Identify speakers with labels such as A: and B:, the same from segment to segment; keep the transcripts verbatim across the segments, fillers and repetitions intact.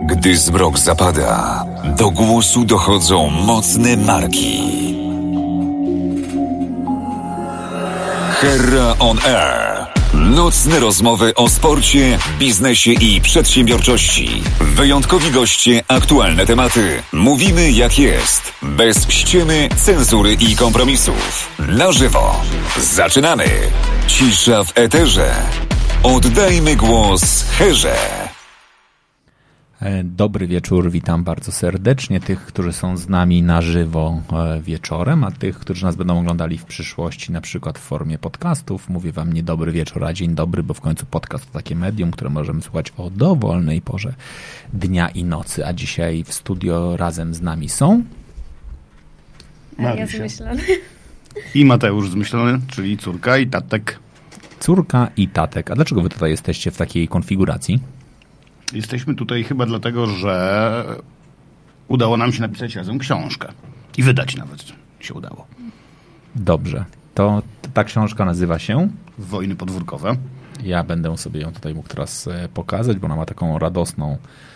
A: Gdy zmrok zapada, do głosu dochodzą mocne marki. Herra on Air. Nocne rozmowy o sporcie, biznesie i przedsiębiorczości. Wyjątkowi goście, aktualne tematy. Mówimy jak jest. Bez ściemy, cenzury i kompromisów. Na żywo. Zaczynamy. Cisza w eterze. Oddajmy głos Herze.
B: Dobry wieczór, witam bardzo serdecznie tych, którzy są z nami na żywo wieczorem, a tych, którzy nas będą oglądali w przyszłości, na przykład w formie podcastów. Mówię wam nie dobry wieczór, a dzień dobry, bo w końcu podcast to takie medium, które możemy słuchać o dowolnej porze dnia i nocy, a dzisiaj w studio razem z nami są...
C: Ja zmyślony.
D: I Mateusz zmyślony, czyli córka i tatek.
B: Córka i tatek. A dlaczego wy tutaj jesteście w takiej konfiguracji?
D: Jesteśmy tutaj chyba dlatego, że udało nam się napisać razem książkę. I wydać nawet się udało.
B: Dobrze. To ta książka nazywa się?
D: Wojny podwórkowe.
B: Ja będę sobie ją tutaj mógł teraz pokazać, bo ona ma taką radosną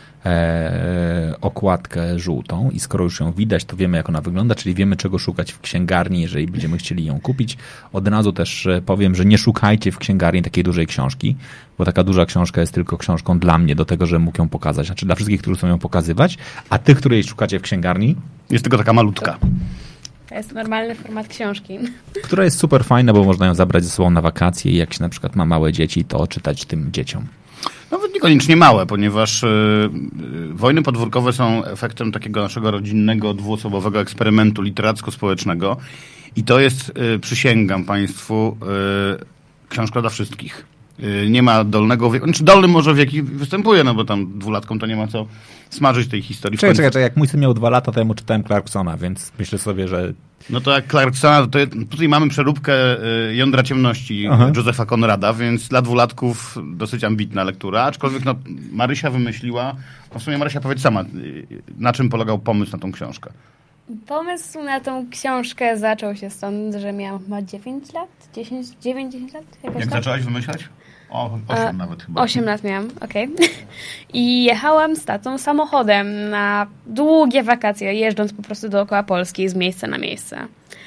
B: e, okładkę żółtą i skoro już ją widać, to wiemy jak ona wygląda, czyli wiemy czego szukać w księgarni, jeżeli będziemy chcieli ją kupić. Od razu też powiem, że nie szukajcie w księgarni takiej dużej książki, bo taka duża książka jest tylko książką dla mnie, do tego, że mógł ją pokazać. Znaczy dla wszystkich, którzy chcą ją pokazywać, a tych, której szukacie w księgarni...
D: Jest tylko taka malutka.
C: To jest normalny format książki.
B: Która jest super fajna, bo można ją zabrać ze sobą na wakacje i jak się na przykład ma małe dzieci, to czytać tym dzieciom.
D: Nawet niekoniecznie małe, ponieważ yy, wojny podwórkowe są efektem takiego naszego rodzinnego, dwuosobowego eksperymentu literacko-społecznego i to jest, yy, przysięgam Państwu, yy, książka dla wszystkich. Yy, nie ma dolnego wieku, znaczy dolny może wieki występuje, no bo tam dwulatkom to nie ma co smażyć tej historii.
B: Czekaj, czekaj, czekaj, jak mój syn miał dwa lata, to ja mu czytałem Clarksona, więc myślę sobie, że...
D: No to jak Clarksona, to tutaj mamy przeróbkę Jądra ciemności Aha. Josepha Conrada, więc dla dwulatków dosyć ambitna lektura, aczkolwiek no, Marysia wymyśliła, no w sumie Marysia powiedz sama, na czym polegał pomysł na tą książkę?
C: Pomysł na tą książkę zaczął się stąd, że miałam chyba dziewięć lat, dziesięć, dziewięć, dziesięć lat?
D: Jak tak? Zaczęłaś wymyślać? O, osiem nawet chyba.
C: osiem lat miałam, okej. Okay. I jechałam z tatą samochodem na długie wakacje, jeżdżąc po prostu dookoła Polski z miejsca na miejsce.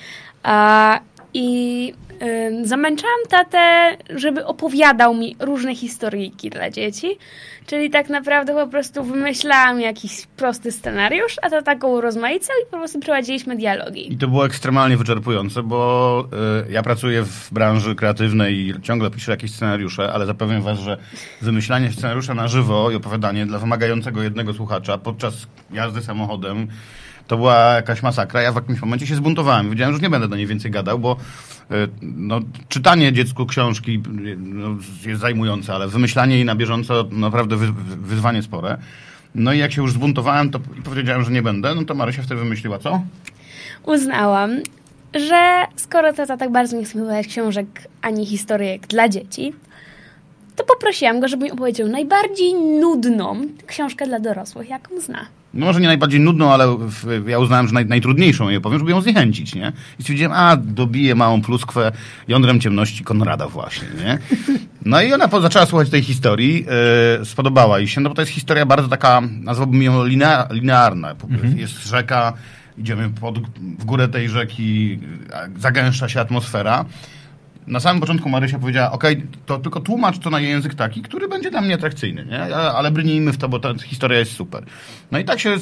C: A, I y, zamęczałam tatę, żeby opowiadał mi różne historyjki dla dzieci. Czyli tak naprawdę po prostu wymyślałam jakiś prosty scenariusz, a to taką urozmaicał i po prostu prowadziliśmy dialogi.
D: I to było ekstremalnie wyczerpujące, bo y, ja pracuję w branży kreatywnej i ciągle piszę jakieś scenariusze, ale zapewniam was, że wymyślanie scenariusza na żywo i opowiadanie dla wymagającego jednego słuchacza podczas jazdy samochodem to była jakaś masakra. Ja w jakimś momencie się zbuntowałem. Wiedziałem, że już nie będę do niej więcej gadał, bo no, czytanie dziecku książki no, jest zajmujące, ale wymyślanie jej na bieżąco naprawdę wy, wyzwanie spore. No i jak się już zbuntowałem to i powiedziałem, że nie będę, no to Marysia wtedy wymyśliła co?
C: Uznałam, że skoro tata tak bardzo nie chce mówić książek ani historyjek dla dzieci, to poprosiłam go, żeby mi opowiedział najbardziej nudną książkę dla dorosłych, jaką zna.
D: No może nie najbardziej nudną, ale w, ja uznałem, że naj, najtrudniejszą jej opowiem, żeby ją zniechęcić, nie? I stwierdziłem, a dobiję małą pluskwę Jądrem ciemności Konrada właśnie, nie? No i ona po, zaczęła słuchać tej historii, yy, spodobała jej się, no bo to jest historia bardzo taka, nazwałbym ją linea, linearna. Mhm. Jest rzeka, idziemy pod, w górę tej rzeki, zagęszcza się atmosfera. Na samym początku Marysia powiedziała, okej, okay, to tylko tłumacz to na język taki, który będzie dla mnie atrakcyjny, nie? Ale brnijmy w to, bo ta historia jest super. No i tak się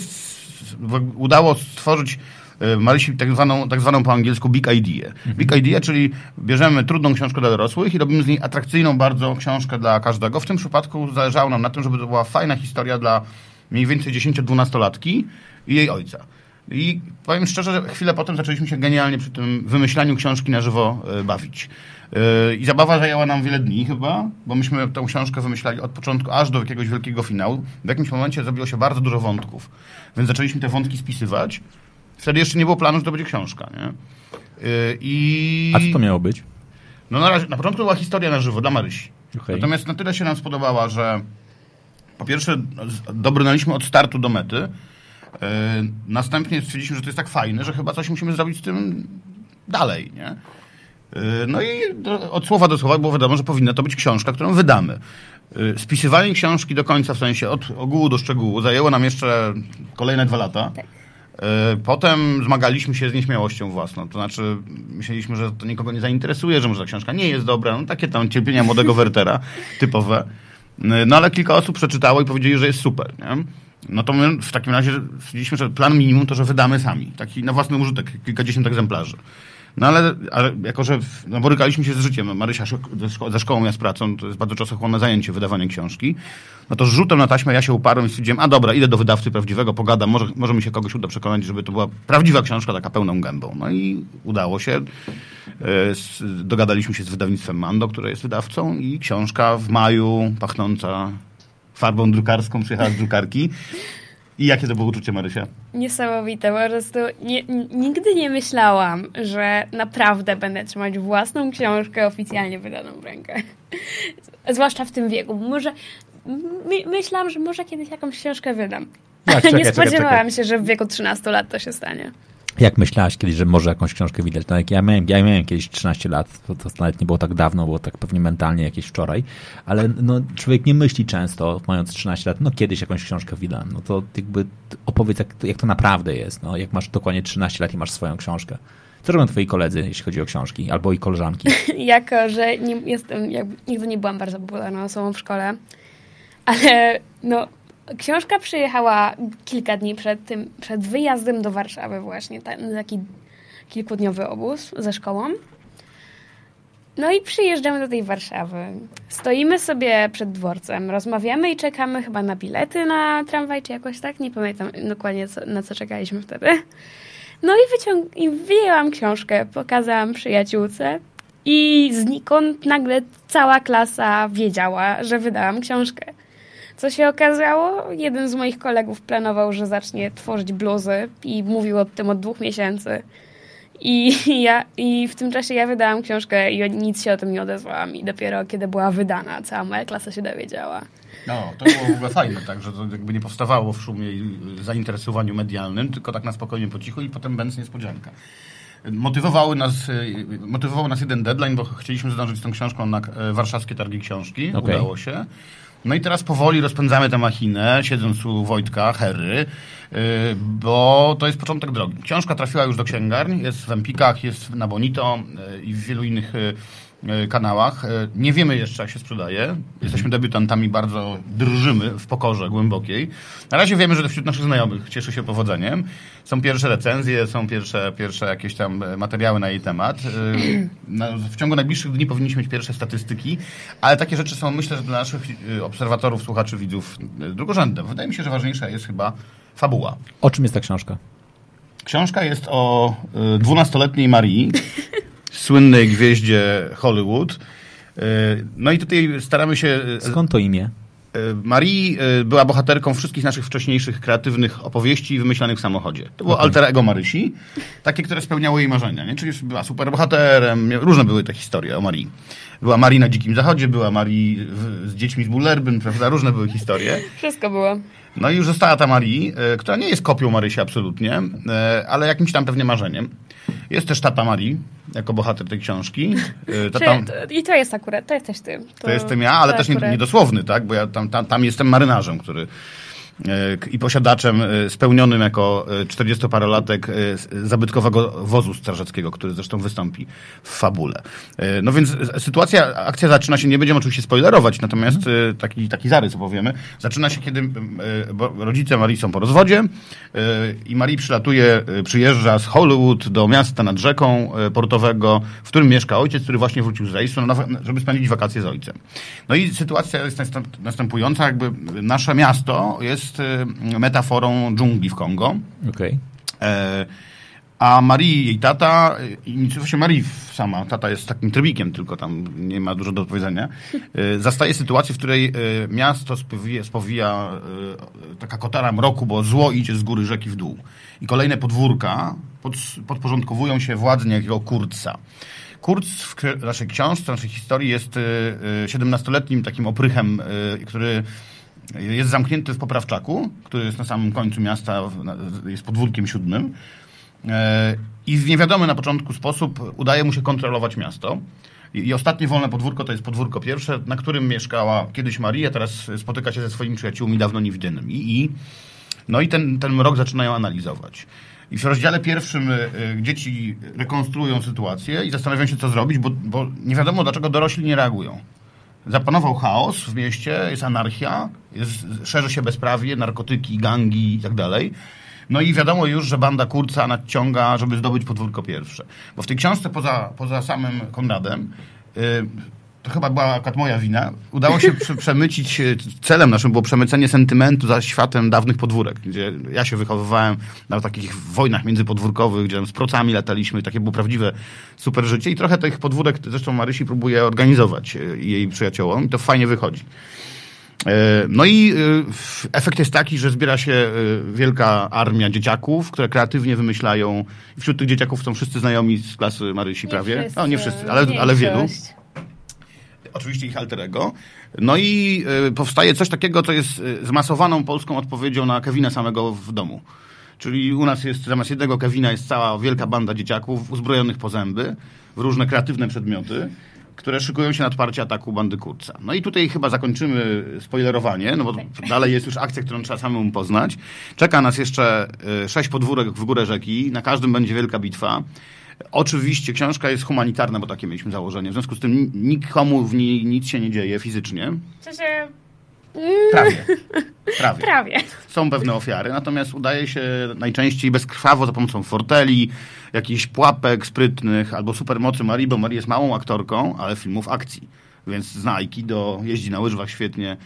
D: udało stworzyć Marysi tak zwaną, tak zwaną po angielsku big idea. Mhm. Big idea, czyli bierzemy trudną książkę dla dorosłych i robimy z niej atrakcyjną bardzo książkę dla każdego. W tym przypadku zależało nam na tym, żeby to była fajna historia dla mniej więcej dziesięcio-dwunastolatki i jej ojca. I powiem szczerze, że chwilę potem zaczęliśmy się genialnie przy tym wymyślaniu książki na żywo y, bawić. Y, I zabawa zajęła nam wiele dni chyba, bo myśmy tę książkę wymyślali od początku aż do jakiegoś wielkiego finału. W jakimś momencie zrobiło się bardzo dużo wątków, więc zaczęliśmy te wątki spisywać. Wtedy jeszcze nie było planu, że to będzie książka, nie? Y, i...
B: A co to miało być?
D: No na, razie, na początku była historia na żywo dla Marysi.
B: Okay.
D: Natomiast na tyle się nam spodobała, że po pierwsze dobrnęliśmy od startu do mety. Yy, następnie stwierdziliśmy, że to jest tak fajne, że chyba coś musimy zrobić z tym dalej, nie? No i od słowa do słowa było wiadomo, że powinna to być książka, którą wydamy. Spisywanie książki do końca, w sensie od ogółu do szczegółu, zajęło nam jeszcze kolejne dwa lata. Tak. Potem zmagaliśmy się z nieśmiałością własną. To znaczy myśleliśmy, że to nikogo nie zainteresuje, że może ta książka nie jest dobra. No takie tam cierpienia młodego Wertera typowe. No ale kilka osób przeczytało i powiedzieli, że jest super. Nie? No to my w takim razie stwierdziliśmy, że plan minimum to, że wydamy sami. Taki na własny użytek, kilkadziesiąt egzemplarzy. No ale, ale jako, że no, borykaliśmy się z życiem, no, Marysia ze, szko- ze szkołą, ja z pracą, to jest bardzo czasochłonne zajęcie, wydawanie książki, no to z rzutem na taśmę ja się uparłem i stwierdziłem, a dobra, idę do wydawcy prawdziwego, pogadam, może, może mi się kogoś uda przekonać, żeby to była prawdziwa książka, taka pełną gębą. No i udało się. Dogadaliśmy się z wydawnictwem Mando, które jest wydawcą i książka w maju, pachnąca farbą drukarską, przyjechała z drukarki. I jakie to było uczucie, Marysia?
C: Niesamowite. Po prostu nie, nigdy nie myślałam, że naprawdę będę trzymać własną książkę oficjalnie wydaną w rękę. Zwłaszcza w tym wieku. Może my, myślałam, że może kiedyś jakąś książkę wydam.
B: Tak,
C: Ale
B: czekaj,
C: nie spodziewałam
B: czekaj, czekaj.
C: się, że w wieku trzynastu lat to się stanie.
B: Jak myślałaś kiedyś, że może jakąś książkę widać? No jak ja miałem, ja miałem kiedyś trzynaście lat, to, to nawet nie było tak dawno, było tak pewnie mentalnie jakieś wczoraj, ale no, człowiek nie myśli często, mając trzynaście lat, no kiedyś jakąś książkę widam. No to jakby opowiedz, jak, jak to naprawdę jest. No, jak masz dokładnie trzynaście lat i masz swoją książkę. Co robią twoi koledzy, jeśli chodzi o książki? Albo i koleżanki?
C: Jako, że nie jestem, jakby, nigdy nie byłam bardzo popularną osobą w szkole, ale no... Książka przyjechała kilka dni przed tym, przed wyjazdem do Warszawy właśnie, taki kilkudniowy obóz ze szkołą. No i przyjeżdżamy do tej Warszawy. Stoimy sobie przed dworcem, rozmawiamy i czekamy chyba na bilety na tramwaj, czy jakoś tak, nie pamiętam dokładnie co, na co czekaliśmy wtedy. No i, wyciąg- i wyjęłam książkę, pokazałam przyjaciółce i znikąd nagle cała klasa wiedziała, że wydałam książkę. Co się okazało? Jeden z moich kolegów planował, że zacznie tworzyć bluzy i mówił o tym od dwóch miesięcy. I, ja, I w tym czasie ja wydałam książkę i nic się o tym nie odezwałam. I dopiero kiedy była wydana, cała moja klasa się dowiedziała.
D: No, to było w ogóle fajne, tak, że to jakby nie powstawało w szumie i zainteresowaniu medialnym, tylko tak na spokojnie po cichu i potem będz niespodzianka. Motywowały nas, motywował nas jeden deadline, bo chcieliśmy zdążyć z tą książką na warszawskie targi książki. Okay. Udało się. No i teraz powoli rozpędzamy tę machinę, siedząc u Wojtka, Herry, bo to jest początek drogi. Książka trafiła już do księgarni, jest w Empikach, jest na Bonito i w wielu innych kanałach. Nie wiemy jeszcze, jak się sprzedaje. Jesteśmy debiutantami, bardzo drżymy w pokorze głębokiej. Na razie wiemy, że wśród naszych znajomych cieszy się powodzeniem. Są pierwsze recenzje, są pierwsze, pierwsze jakieś tam materiały na jej temat. W ciągu najbliższych dni powinniśmy mieć pierwsze statystyki, ale takie rzeczy są, myślę, że dla naszych obserwatorów, słuchaczy, widzów drugorzędne. Wydaje mi się, że ważniejsza jest chyba fabuła.
B: O czym jest ta książka?
D: Książka jest o dwunastoletniej Marii, słynnej gwieździe Hollywood. No i tutaj staramy się...
B: Skąd to imię?
D: Marii była bohaterką wszystkich naszych wcześniejszych kreatywnych opowieści wymyślanych w samochodzie. To było okay. Alter ego Marysi, takie, które spełniały jej marzenia. Nie? Czyli była superbohaterem, różne były te historie o Marii. Była Marii na Dzikim Zachodzie, była Marii w, z dziećmi z Bullerbyn, prawda? Różne były historie.
C: Wszystko było.
D: No i już została ta Marii, która nie jest kopią Marysi absolutnie, ale jakimś tam pewnie marzeniem. Jest też tata Marii, jako bohater tej książki. Tata...
C: I to jest akurat, to jesteś ty. To,
D: to jestem ja, ale też akurat... niedosłowny, tak? Bo ja tam, tam, tam jestem marynarzem, który i posiadaczem spełnionym jako czterdziestoparolatek zabytkowego wozu strażackiego, który zresztą wystąpi w fabule. No więc sytuacja, akcja zaczyna się, nie będziemy oczywiście spoilerować, natomiast taki, taki zarys opowiemy. Zaczyna się, kiedy rodzice Marii są po rozwodzie i Marii przylatuje, przyjeżdża z Hollywood do miasta nad rzeką portowego, w którym mieszka ojciec, który właśnie wrócił z rejsu, żeby spędzić wakacje z ojcem. No i sytuacja jest następująca, jakby nasze miasto jest jest metaforą dżungli w Kongo.
B: Okay.
D: E, a Marii, jej tata, i właśnie Marii sama, tata jest takim trybikiem, tylko tam nie ma dużo do powiedzenia, e, zastaje sytuację, w której e, miasto spowija, spowija e, taka kotara mroku, bo zło idzie z góry rzeki w dół. I kolejne podwórka pod, podporządkowują się władzy niejakiego Kurtza. Kurtz w naszej książce, w naszej historii jest siedemnastoletnim takim oprychem, e, który jest zamknięty w Poprawczaku, który jest na samym końcu miasta, jest podwórkiem siódmym. i w niewiadomy na początku sposób udaje mu się kontrolować miasto. I, i ostatnie wolne podwórko to jest podwórko pierwsze, na którym mieszkała kiedyś Maria, teraz spotyka się ze swoimi przyjaciółmi dawno niewidzianymi. I, no i ten, ten mrok zaczynają analizować. I w rozdziale pierwszym y, dzieci rekonstruują sytuację i zastanawiają się, co zrobić, bo, bo nie wiadomo, dlaczego dorośli nie reagują. Zapanował chaos w mieście, jest anarchia, jest, szerzy się bezprawie, narkotyki, gangi i tak dalej. No i wiadomo już, że banda Kurca nadciąga, żeby zdobyć podwórko pierwsze. Bo w tej książce poza, poza samym Konradem, yy, to chyba była akurat moja wina, udało się przy, przemycić, celem naszym było przemycenie sentymentu za światem dawnych podwórek, gdzie ja się wychowywałem na takich wojnach międzypodwórkowych, gdzie z procami lataliśmy, takie było prawdziwe super życie i trochę tych podwórek zresztą Marysi próbuje organizować i jej przyjaciołom i to fajnie wychodzi. No i efekt jest taki, że zbiera się wielka armia dzieciaków, które kreatywnie wymyślają. Wśród tych dzieciaków są wszyscy znajomi z klasy Marysi
C: nie
D: prawie.
C: Wszyscy,
D: no nie wszyscy, ale, ale wielu. Oczywiście ich alter ego. No i powstaje coś takiego, co jest zmasowaną polską odpowiedzią na Kevina samego w domu. Czyli u nas jest zamiast jednego Kevina jest cała wielka banda dzieciaków uzbrojonych po zęby w różne kreatywne przedmioty, które szykują się na odparcie ataku bandy Kurca. No i tutaj chyba zakończymy spoilerowanie, no bo dalej jest już akcja, którą trzeba samemu poznać. Czeka nas jeszcze sześć podwórek w górę rzeki, na każdym będzie wielka bitwa. Oczywiście książka jest humanitarna, bo takie mieliśmy założenie. W związku z tym nikomu w niej nic się nie dzieje fizycznie.
C: W sensie...
D: Prawie. Prawie.
C: Prawie.
D: Są pewne ofiary, natomiast udaje się najczęściej bezkrwawo za pomocą forteli, jakichś pułapek sprytnych albo supermocy Marii, bo Maria jest małą aktorką, ale filmów akcji. Więc zna aikido, jeździ na łyżwach świetnie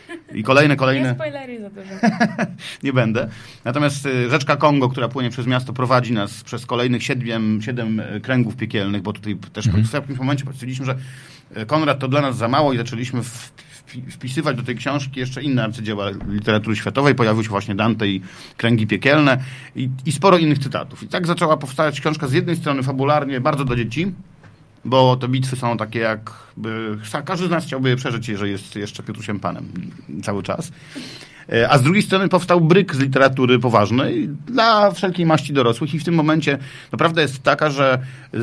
D: i kolejne, kolejne...
C: Nie spoilery za dużo.
D: Nie będę. Natomiast rzeczka Kongo, która płynie przez miasto, prowadzi nas przez kolejnych siedem, siedem kręgów piekielnych, bo tutaj też mhm. w jakimś momencie stwierdziliśmy, że Konrad to dla nas za mało i zaczęliśmy w, wpisywać do tej książki jeszcze inne arcydzieła literatury światowej. Pojawił się właśnie Dante i Kręgi Piekielne i, i sporo innych cytatów. I tak zaczęła powstawać książka z jednej strony fabularnie bardzo dla dzieci, bo te bitwy są takie jakby... Każdy z nas chciałby je przeżyć, jeżeli jest jeszcze Piotrusiem Panem cały czas. A z drugiej strony powstał bryk z literatury poważnej dla wszelkiej maści dorosłych i w tym momencie no, prawda jest taka, że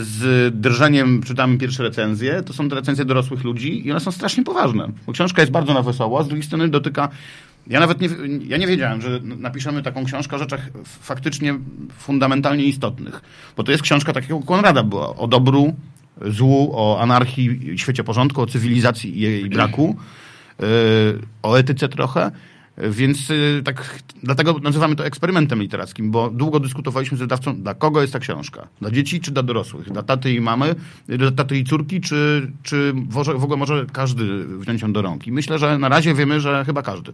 D: z drżeniem czytamy pierwsze recenzje, to są te recenzje dorosłych ludzi i one są strasznie poważne, bo książka jest bardzo na wesoło, a z drugiej strony dotyka... Ja nawet nie, ja nie wiedziałem, że napiszemy taką książkę o rzeczach faktycznie fundamentalnie istotnych, bo to jest książka takiego Konrada była, o dobru, złu, o anarchii, świecie porządku, o cywilizacji i jej braku, yy, o etyce trochę. Więc yy, tak, dlatego nazywamy to eksperymentem literackim, bo długo dyskutowaliśmy z wydawcą, dla kogo jest ta książka? Dla dzieci czy dla dorosłych? Dla taty i mamy, dla taty i córki, czy, czy w ogóle może każdy wziąć ją do rąk? I myślę, że na razie wiemy, że chyba każdy.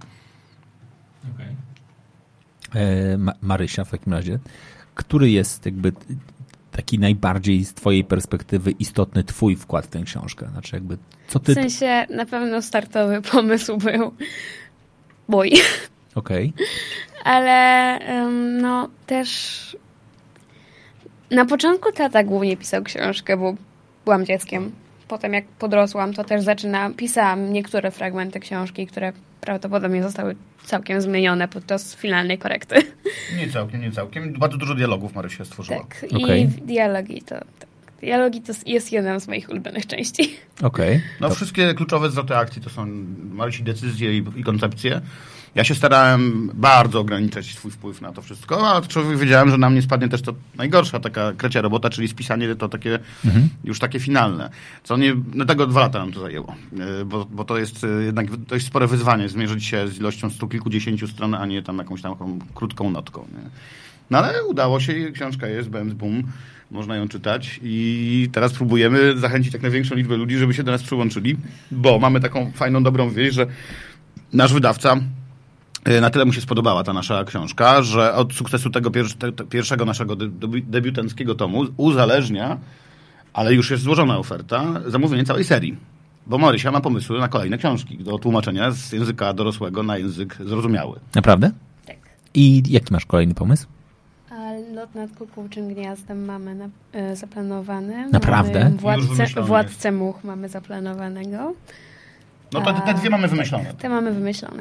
B: Okay. E, Ma- Marysia w takim razie, który jest jakby taki najbardziej z twojej perspektywy istotny twój wkład w tę książkę? Znaczy jakby, co ty...
C: W sensie na pewno startowy pomysł był mój.
B: Okej. Okay.
C: Ale um, no też na początku tata głównie pisał książkę, bo byłam dzieckiem. Potem jak podrosłam, to też zaczynałam, pisałam niektóre fragmenty książki, które prawdopodobnie zostały całkiem zmienione podczas finalnej korekty. Nie
D: całkiem, nie całkiem. Bardzo dużo dialogów Marysia stworzyła.
C: Tak,
B: okay.
C: i dialogi to... Tak. Dialogi to jest jedna z moich ulubionych części.
B: Okej. Okay.
D: No to... wszystkie kluczowe zwroty akcji to są Marysi decyzje i, i koncepcje. Ja się starałem bardzo ograniczać swój wpływ na to wszystko, a człowiek wiedziałem, że na mnie spadnie też to najgorsza taka krecia robota, czyli spisanie to takie mhm. już takie finalne. Co nie, no tego dwa lata nam to zajęło, bo, bo to jest jednak dość spore wyzwanie, zmierzyć się z ilością stu kilkudziesięciu stron, a nie tam jakąś tam taką krótką notką. Nie? No ale udało się, książka jest, Bems Boom, można ją czytać i teraz próbujemy zachęcić jak największą liczbę ludzi, żeby się do nas przyłączyli, bo mamy taką fajną, dobrą wieść, że nasz wydawca na tyle mu się spodobała ta nasza książka, że od sukcesu tego pier- te, te pierwszego naszego debi- debiutanckiego tomu uzależnia, ale już jest złożona oferta, zamówienie całej serii. Bo Marysia ma pomysły na kolejne książki do tłumaczenia z języka dorosłego na język zrozumiały.
B: Naprawdę?
C: Tak.
B: I jaki masz kolejny pomysł?
C: Lot nad kukułczym gniazdem mamy na, e, zaplanowany.
B: Naprawdę?
C: Mamy władcę, władcę much mamy zaplanowanego.
D: No to te dwie mamy wymyślone.
C: Tak, te mamy wymyślone.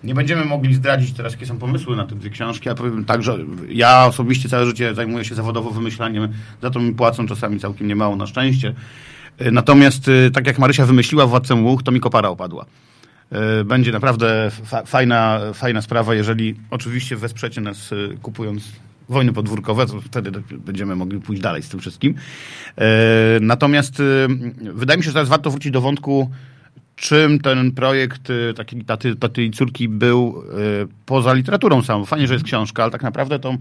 D: Nie będziemy mogli zdradzić teraz, jakie są pomysły na te dwie książki, a powiem tak, że ja osobiście całe życie zajmuję się zawodowo wymyślaniem, za to mi płacą czasami całkiem niemało, na szczęście. Natomiast tak jak Marysia wymyśliła Władcę Much, to mi kopara opadła. Będzie naprawdę fa- fajna, fajna sprawa, jeżeli oczywiście wesprzecie nas kupując Wojny podwórkowe, to wtedy będziemy mogli pójść dalej z tym wszystkim. Natomiast wydaje mi się, że teraz warto wrócić do wątku, czym ten projekt takiej taty, taty i córki był poza literaturą samą. Fajnie, że jest książka, ale tak naprawdę to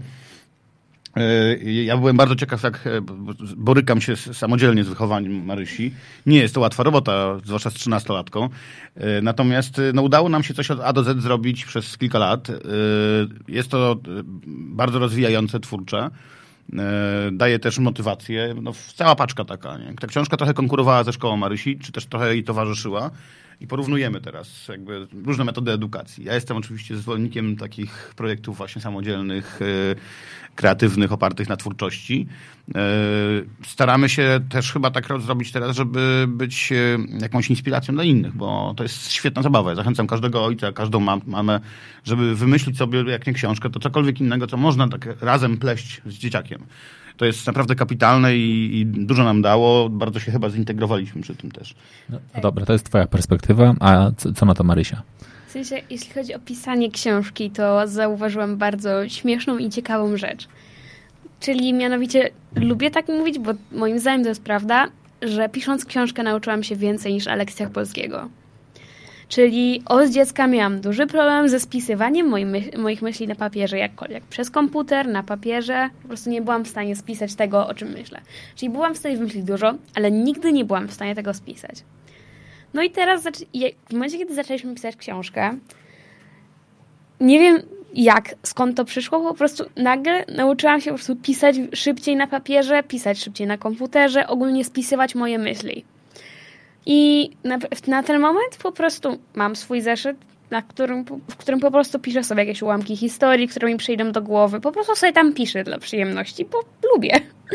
D: ja byłem bardzo ciekaw, jak borykam się samodzielnie z wychowaniem Marysi. Nie jest to łatwa robota, zwłaszcza z trzynastolatką. Natomiast no, udało nam się coś od A do Z zrobić przez kilka lat. Jest to bardzo rozwijające, twórcze. Daje też motywację. No, cała paczka taka. Nie? Ta książka trochę konkurowała ze szkołą Marysi, czy też trochę jej towarzyszyła. I porównujemy teraz jakby różne metody edukacji. Ja jestem oczywiście zwolennikiem takich projektów właśnie samodzielnych, kreatywnych, opartych na twórczości. Staramy się też chyba tak zrobić teraz, żeby być jakąś inspiracją dla innych, bo to jest świetna zabawa. Ja zachęcam każdego ojca, każdą mamę, żeby wymyślić sobie, jak nie książkę, to cokolwiek innego, co można tak razem pleść z dzieciakiem. To jest naprawdę kapitalne i, i dużo nam dało. Bardzo się chyba zintegrowaliśmy przy tym też.
B: No, no dobra, to jest twoja perspektywa, a co, co na to Marysia?
C: W sensie, jeśli chodzi o pisanie książki, to zauważyłam bardzo śmieszną i ciekawą rzecz. Czyli mianowicie lubię tak mówić, bo moim zdaniem to jest prawda, że pisząc książkę nauczyłam się więcej niż na lekcjach polskiego. Czyli od dziecka miałam duży problem ze spisywaniem moich, myśl, moich myśli na papierze, jakkolwiek przez komputer, na papierze. Po prostu nie byłam w stanie spisać tego, o czym myślę. Czyli byłam w stanie wymyślić dużo, ale nigdy nie byłam w stanie tego spisać. No i teraz, w momencie, kiedy zaczęliśmy pisać książkę, nie wiem jak, skąd to przyszło, po prostu nagle nauczyłam się po prostu pisać szybciej na papierze, pisać szybciej na komputerze, ogólnie spisywać moje myśli. I na, na ten moment po prostu mam swój zeszyt, na którym, w którym po prostu piszę sobie jakieś ułamki historii, które mi przyjdą do głowy. Po prostu sobie tam piszę dla przyjemności, bo lubię.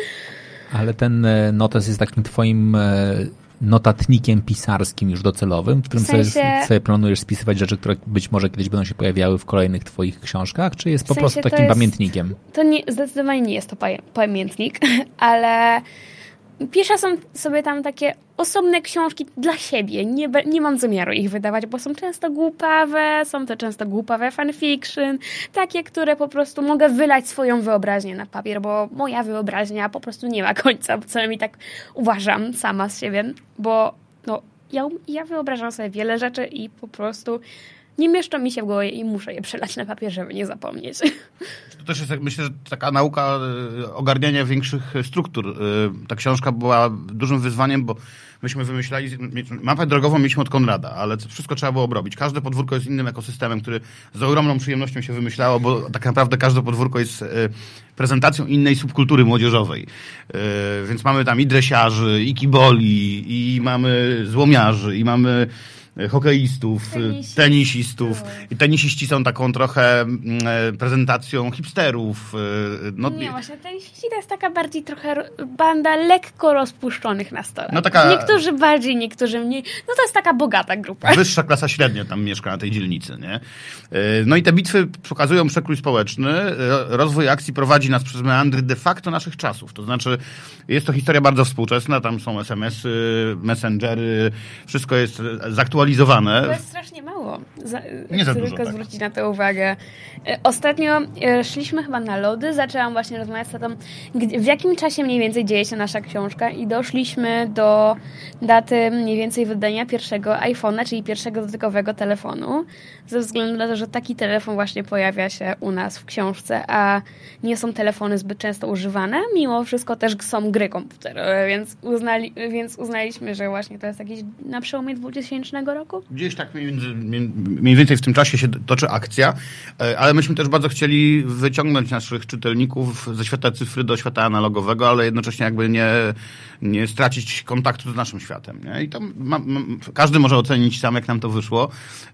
B: Ale ten notes jest takim twoim notatnikiem pisarskim już docelowym, w którym w sensie, sobie, sobie planujesz spisywać rzeczy, które być może kiedyś będą się pojawiały w kolejnych twoich książkach, czy jest po w sensie prostu takim to jest, pamiętnikiem?
C: To nie, zdecydowanie nie jest to pamiętnik, ale piszę sobie tam takie osobne książki dla siebie. Nie, nie mam zamiaru ich wydawać, bo są często głupawe, są to często głupawe fanfiction, takie, które po prostu mogę wylać swoją wyobraźnię na papier, bo moja wyobraźnia po prostu nie ma końca, co najmniej tak uważam sama z siebie, bo no, ja, ja wyobrażam sobie wiele rzeczy i po prostu nie mieszczą mi się w głowie i muszę je przelać na papier, żeby nie zapomnieć.
D: To też jest, myślę, że taka nauka ogarniania większych struktur. Ta książka była dużym wyzwaniem, bo myśmy wymyślali, mapę drogową mieliśmy od Konrada, ale wszystko trzeba było obrobić. Każde podwórko jest innym ekosystemem, który z ogromną przyjemnością się wymyślało, bo tak naprawdę każde podwórko jest prezentacją innej subkultury młodzieżowej. Więc mamy tam i dresiarzy, i kiboli, i mamy złomiarzy, i mamy hokeistów, tenisistów. tenisistów. I tenisiści są taką trochę mm, prezentacją hipsterów.
C: No, nie, właśnie tenisiści to jest taka bardziej trochę banda lekko rozpuszczonych nastolatków. No taka, niektórzy bardziej, niektórzy mniej. No to jest taka bogata grupa.
D: Wyższa klasa średnia tam mieszka na tej dzielnicy, nie? No i te bitwy pokazują przekrój społeczny. Rozwój akcji prowadzi nas przez meandry de facto naszych czasów. To znaczy jest to historia bardzo współczesna. Tam są es em esy, messengery. Wszystko jest zaktualizowane.
C: To jest strasznie mało. Za,
D: nie za
C: tylko
D: dużo, tak.
C: zwrócić na to uwagę. Ostatnio szliśmy chyba na lody, zaczęłam właśnie rozmawiać z tatą, w jakim czasie mniej więcej dzieje się nasza książka i doszliśmy do daty mniej więcej wydania pierwszego iPhone'a, czyli pierwszego dotykowego telefonu, ze względu na to, że taki telefon właśnie pojawia się u nas w książce, a nie są telefony zbyt często używane, mimo wszystko też są gry komputerowe, więc, uznali, więc uznaliśmy, że właśnie to jest jakieś na przełomie dwutysięcznego roku.
D: Gdzieś tak między, mniej więcej w tym czasie się toczy akcja, ale myśmy też bardzo chcieli wyciągnąć naszych czytelników ze świata cyfry do świata analogowego, ale jednocześnie jakby nie, nie stracić kontaktu z naszym światem. Nie? I to ma, ma, każdy może ocenić sam, jak nam to wyszło.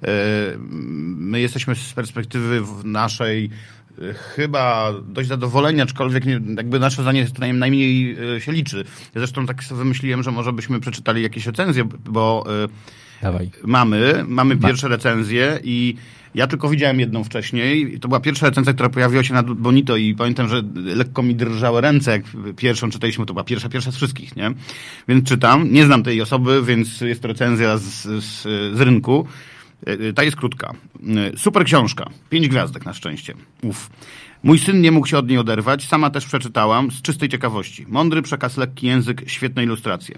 D: My jesteśmy z perspektywy naszej chyba dość zadowoleni, aczkolwiek nie, jakby nasze zdanie najmniej się liczy. Ja zresztą tak sobie wymyśliłem, że może byśmy przeczytali jakieś recenzje, bo
B: Dawaj.
D: Mamy, mamy pierwsze recenzje i ja tylko widziałem jedną wcześniej. To była pierwsza recenzja, która pojawiła się na Bonito i pamiętam, że lekko mi drżały ręce, jak pierwszą czytaliśmy. To była pierwsza, pierwsza z wszystkich, nie? Więc czytam. Nie znam tej osoby, więc jest to recenzja z, z, z rynku. Ta jest krótka. Super książka. Pięć gwiazdek na szczęście. Uf. Mój syn nie mógł się od niej oderwać. Sama też przeczytałam z czystej ciekawości. Mądry przekaz, lekki język, świetne ilustracje.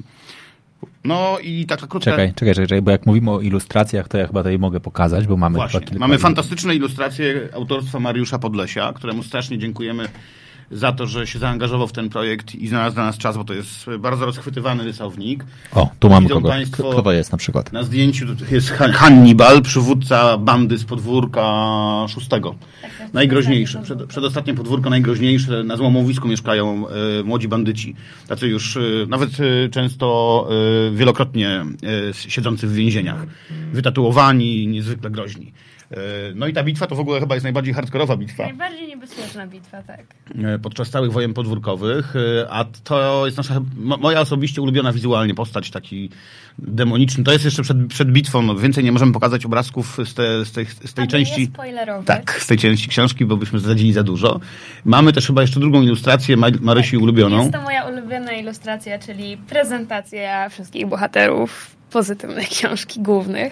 D: No i taka krótka...
B: Czekaj, czekaj, czekaj, bo jak mówimy o ilustracjach, to ja chyba tutaj mogę pokazać, bo mamy
D: Właśnie,
B: chyba kilka...
D: mamy fantastyczne ilustracje autorstwa Mariusza Podlesia, któremu strasznie dziękujemy za to, że się zaangażował w ten projekt i znalazł dla nas czas, bo to jest bardzo rozchwytywany rysownik.
B: O, tu mamy
D: Widzą
B: kogo.
D: państwo,
B: Kto to jest na przykład?
D: Na zdjęciu jest Hannibal, przywódca bandy z podwórka szóstego. Tak, najgroźniejsze. Przed, przedostatnie podwórko najgroźniejsze. Na złomowisku mieszkają y, młodzi bandyci. Tacy już y, nawet y, często y, wielokrotnie y, siedzący w więzieniach. Wytatuowani, niezwykle groźni. No i ta bitwa to w ogóle chyba jest najbardziej hardkorowa bitwa.
C: Najbardziej niebezpieczna bitwa, tak.
D: Podczas całych wojen podwórkowych, a to jest nasza, moja osobiście ulubiona wizualnie postać, taki demoniczny. To jest jeszcze przed, przed bitwą, no więcej nie możemy pokazać obrazków z, te, z tej, z tej części.
C: Nie spoilerować.
D: Tak, z tej części książki, bo byśmy zdradzili za dużo. Mamy też chyba jeszcze drugą ilustrację Marysi
C: tak,
D: ulubioną.
C: Jest to moja ulubiona ilustracja, czyli prezentacja wszystkich bohaterów pozytywnych książki głównych.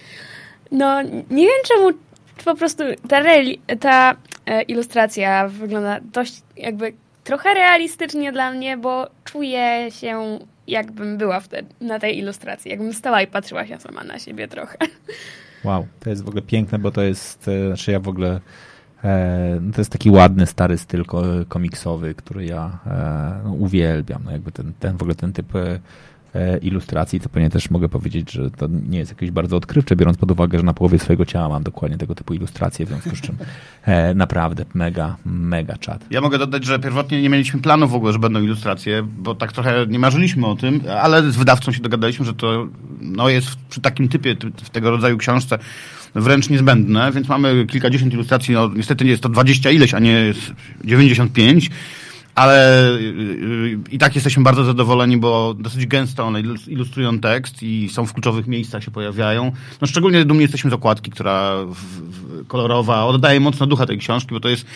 C: No, nie wiem czemu po prostu ta, reali- ta e, ilustracja wygląda dość jakby trochę realistycznie dla mnie, bo czuję się jakbym była wtedy na tej ilustracji, jakbym stała i patrzyła się sama na siebie trochę.
B: Wow, to jest w ogóle piękne, bo to jest, e, znaczy ja w ogóle e, no to jest taki ładny, stary styl ko- komiksowy, który ja e, no, uwielbiam. No jakby ten, ten w ogóle ten typ e, ilustracji, to pewnie też mogę powiedzieć, że to nie jest jakieś bardzo odkrywcze, biorąc pod uwagę, że na połowie swojego ciała mam dokładnie tego typu ilustracje, w związku z czym e, naprawdę mega, mega czad.
D: Ja mogę dodać, że pierwotnie nie mieliśmy planu w ogóle, że będą ilustracje, bo tak trochę nie marzyliśmy o tym, ale z wydawcą się dogadaliśmy, że to no, jest przy takim typie, w tego rodzaju książce wręcz niezbędne, więc mamy kilkadziesiąt ilustracji, no niestety nie jest to dwadzieścia ileś, a nie dziewięćdziesiąt pięć, ale i tak jesteśmy bardzo zadowoleni, bo dosyć gęsto one ilustrują tekst i są w kluczowych miejscach, się pojawiają. No szczególnie dumni jesteśmy z okładki, która w, w, kolorowa, oddaje mocno ducha tej książki, bo to jest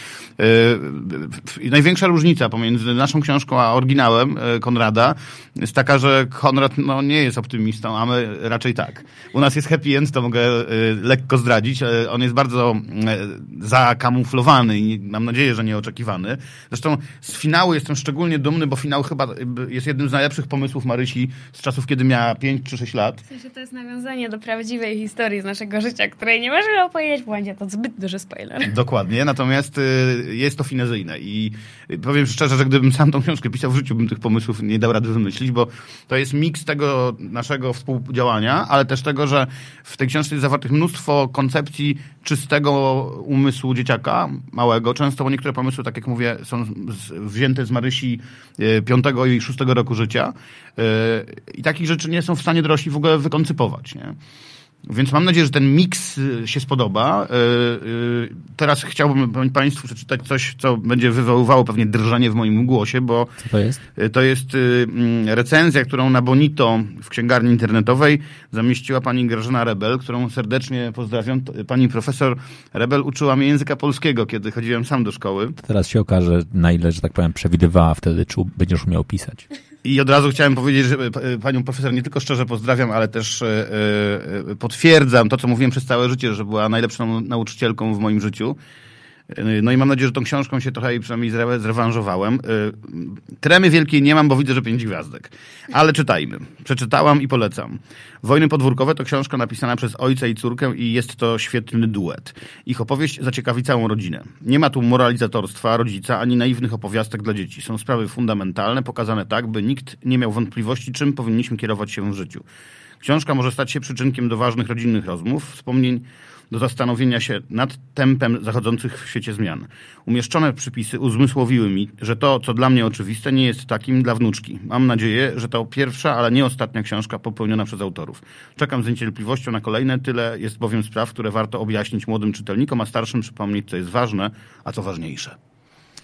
D: yy, największa różnica pomiędzy naszą książką a oryginałem yy, Konrada jest taka, że Konrad no, nie jest optymistą, a my raczej tak. U nas jest happy end, to mogę yy, lekko zdradzić. Yy, on jest bardzo yy, zakamuflowany i mam nadzieję, że nieoczekiwany. Zresztą z finału jestem szczególnie dumny, bo finał chyba jest jednym z najlepszych pomysłów Marysi z czasów, kiedy miała pięć czy sześć lat.
C: W sensie to jest nawiązanie do prawdziwej historii z naszego życia, której nie możemy opowiedzieć, bo będzie to zbyt duży spoiler.
D: Dokładnie, natomiast y, jest to finezyjne i powiem szczerze, że gdybym sam tą książkę pisał w życiu, bym tych pomysłów nie dał rady wymyślić, bo to jest miks tego naszego współdziałania, ale też tego, że w tej książce jest zawartych mnóstwo koncepcji czystego umysłu dzieciaka, małego. Często, bo niektóre pomysły, tak jak mówię, są z, wzięte z Marysi piątego i szóstego roku życia yy, i takich rzeczy nie są w stanie dorośli w ogóle wykoncypować, nie? Więc mam nadzieję, że ten miks się spodoba. Teraz chciałbym Państwu przeczytać coś, co będzie wywoływało pewnie drżenie w moim głosie, bo
B: co to jest?
D: To jest recenzja, którą na Bonito w księgarni internetowej zamieściła pani Grażyna Rebel, którą serdecznie pozdrawiam. Pani profesor Rebel uczyła mnie języka polskiego, kiedy chodziłem sam do szkoły.
B: Teraz się okaże, na ile, że tak powiem, przewidywała wtedy, czy będziesz umiał pisać.
D: I od razu chciałem powiedzieć, że panią profesor nie tylko szczerze pozdrawiam, ale też yy, potwierdzam to, co mówiłem przez całe życie, że była najlepszą nauczycielką w moim życiu. No i mam nadzieję, że tą książką się trochę przynajmniej zrewanżowałem. Tremy wielkiej nie mam, bo widzę, że pięć gwiazdek. Ale czytajmy. Przeczytałam i polecam. Wojny podwórkowe to książka napisana przez ojca i córkę i jest to świetny duet. Ich opowieść zaciekawi całą rodzinę. Nie ma tu moralizatorstwa rodzica, ani naiwnych opowiastek dla dzieci. Są sprawy fundamentalne, pokazane tak, by nikt nie miał wątpliwości, czym powinniśmy kierować się w życiu. Książka może stać się przyczynkiem do ważnych rodzinnych rozmów, wspomnień, do zastanowienia się nad tempem zachodzących w świecie zmian. Umieszczone przypisy uzmysłowiły mi, że to, co dla mnie oczywiste, nie jest takim dla wnuczki. Mam nadzieję, że to pierwsza, ale nie ostatnia książka popełniona przez autorów. Czekam z niecierpliwością na kolejne, tyle jest bowiem spraw, które warto objaśnić młodym czytelnikom, a starszym przypomnieć, co jest ważne, a co ważniejsze.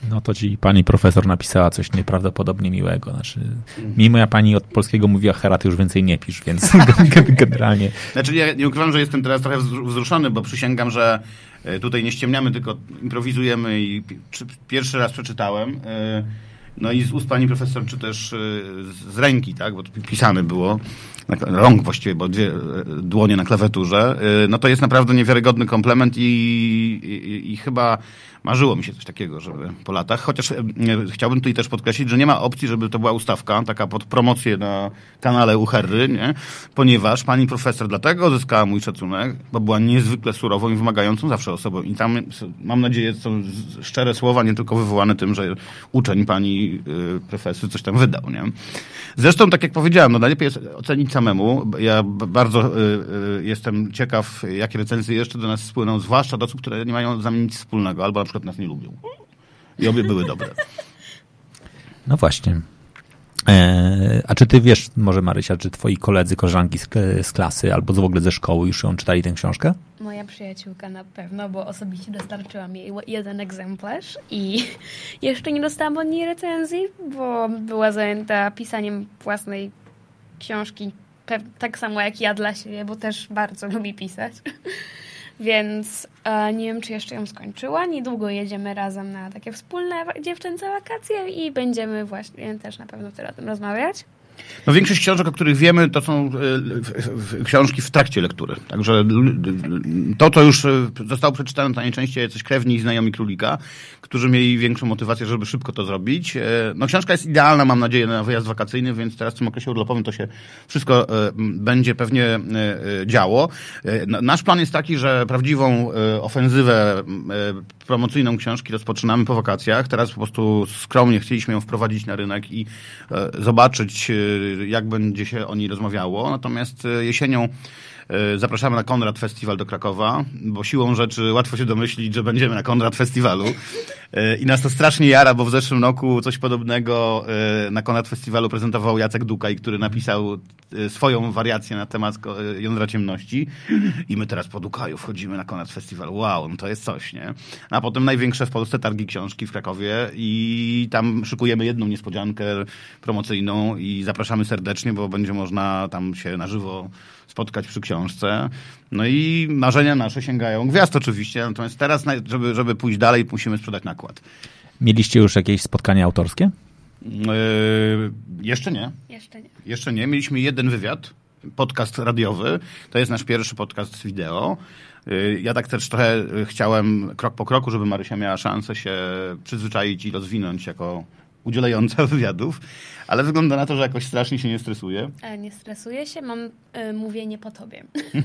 B: No to ci pani profesor napisała coś nieprawdopodobnie miłego. Znaczy, mimo ja pani od polskiego mówiła, Hera, ty już więcej nie pisz, więc generalnie...
D: Znaczy ja nie ukrywam, że jestem teraz trochę wzruszony, bo przysięgam, że tutaj nie ściemniamy, tylko improwizujemy i pierwszy raz przeczytałem. No i z ust pani profesor, czy też z ręki, tak, bo to pisane było, rąk właściwie, bo dwie dłonie na klawiaturze, no to jest naprawdę niewiarygodny komplement i, i, i chyba marzyło mi się coś takiego, żeby po latach, chociaż e, chciałbym tutaj też podkreślić, że nie ma opcji, żeby to była ustawka, taka pod promocję na kanale u Herry, nie? Ponieważ pani profesor dlatego zyskała mój szacunek, bo była niezwykle surową i wymagającą zawsze osobą. I tam, mam nadzieję, są szczere słowa, nie tylko wywołane tym, że uczeń pani y, profesor coś tam wydał, nie? Zresztą, tak jak powiedziałem, no najlepiej jest ocenić samemu. Ja bardzo y, y, jestem ciekaw, jakie recenzje jeszcze do nas spłyną, zwłaszcza do osób, które nie mają z nami nic wspólnego, albo na przykład nas nie lubią. I obie były dobre.
B: No właśnie. Eee, a czy ty wiesz, może Marysia, czy twoi koledzy, koleżanki z, z klasy albo w ogóle ze szkoły już ją czytali tę książkę?
C: Moja przyjaciółka na pewno, bo osobiście dostarczyłam jej jeden egzemplarz i jeszcze nie dostałam od niej recenzji, bo była zajęta pisaniem własnej książki, tak samo jak ja dla siebie, bo też bardzo lubi pisać. Więc e, nie wiem, czy jeszcze ją skończyła. Niedługo jedziemy razem na takie wspólne dziewczęce wakacje i będziemy właśnie też na pewno wtedy o tym rozmawiać.
D: No większość książek, o których wiemy, to są y, y, książki w trakcie lektury. Także y, to, co już zostało przeczytane, to najczęściej jacyś krewni i znajomi królika, którzy mieli większą motywację, żeby szybko to zrobić. No książka jest idealna, mam nadzieję, na wyjazd wakacyjny, więc teraz w tym okresie urlopowym to się wszystko y, będzie pewnie y, działo. Y, nasz plan jest taki, że prawdziwą y, ofensywę y, promocyjną książki rozpoczynamy po wakacjach. Teraz po prostu skromnie chcieliśmy ją wprowadzić na rynek i y, zobaczyć, jak będzie się o niej rozmawiało. Natomiast jesienią zapraszamy na Konrad Festiwal do Krakowa, bo siłą rzeczy łatwo się domyślić, że będziemy na Konrad Festiwalu. I nas to strasznie jara, bo w zeszłym roku coś podobnego na Konrad Festiwalu prezentował Jacek Dukaj, który napisał swoją wariację na temat Jądra Ciemności. I my teraz po Dukaju wchodzimy na Konrad Festiwal. Wow, no to jest coś, nie? A potem największe w Polsce targi książki w Krakowie i tam szykujemy jedną niespodziankę promocyjną i zapraszamy serdecznie, bo będzie można tam się na żywo spotkać przy książce. No i marzenia nasze sięgają gwiazd oczywiście, natomiast teraz, żeby, żeby pójść dalej, musimy sprzedać nakład.
B: Mieliście już jakieś spotkania autorskie?
D: Yy, jeszcze nie.
C: Jeszcze nie.
D: Jeszcze nie. Mieliśmy jeden wywiad, podcast radiowy. To jest nasz pierwszy podcast wideo. Yy, ja tak też trochę chciałem krok po kroku, żeby Marysia miała szansę się przyzwyczaić i rozwinąć jako udzielająca wywiadów, ale wygląda na to, że jakoś strasznie się nie stresuje.
C: E, nie stresuję się, mam y, mówienie po tobie.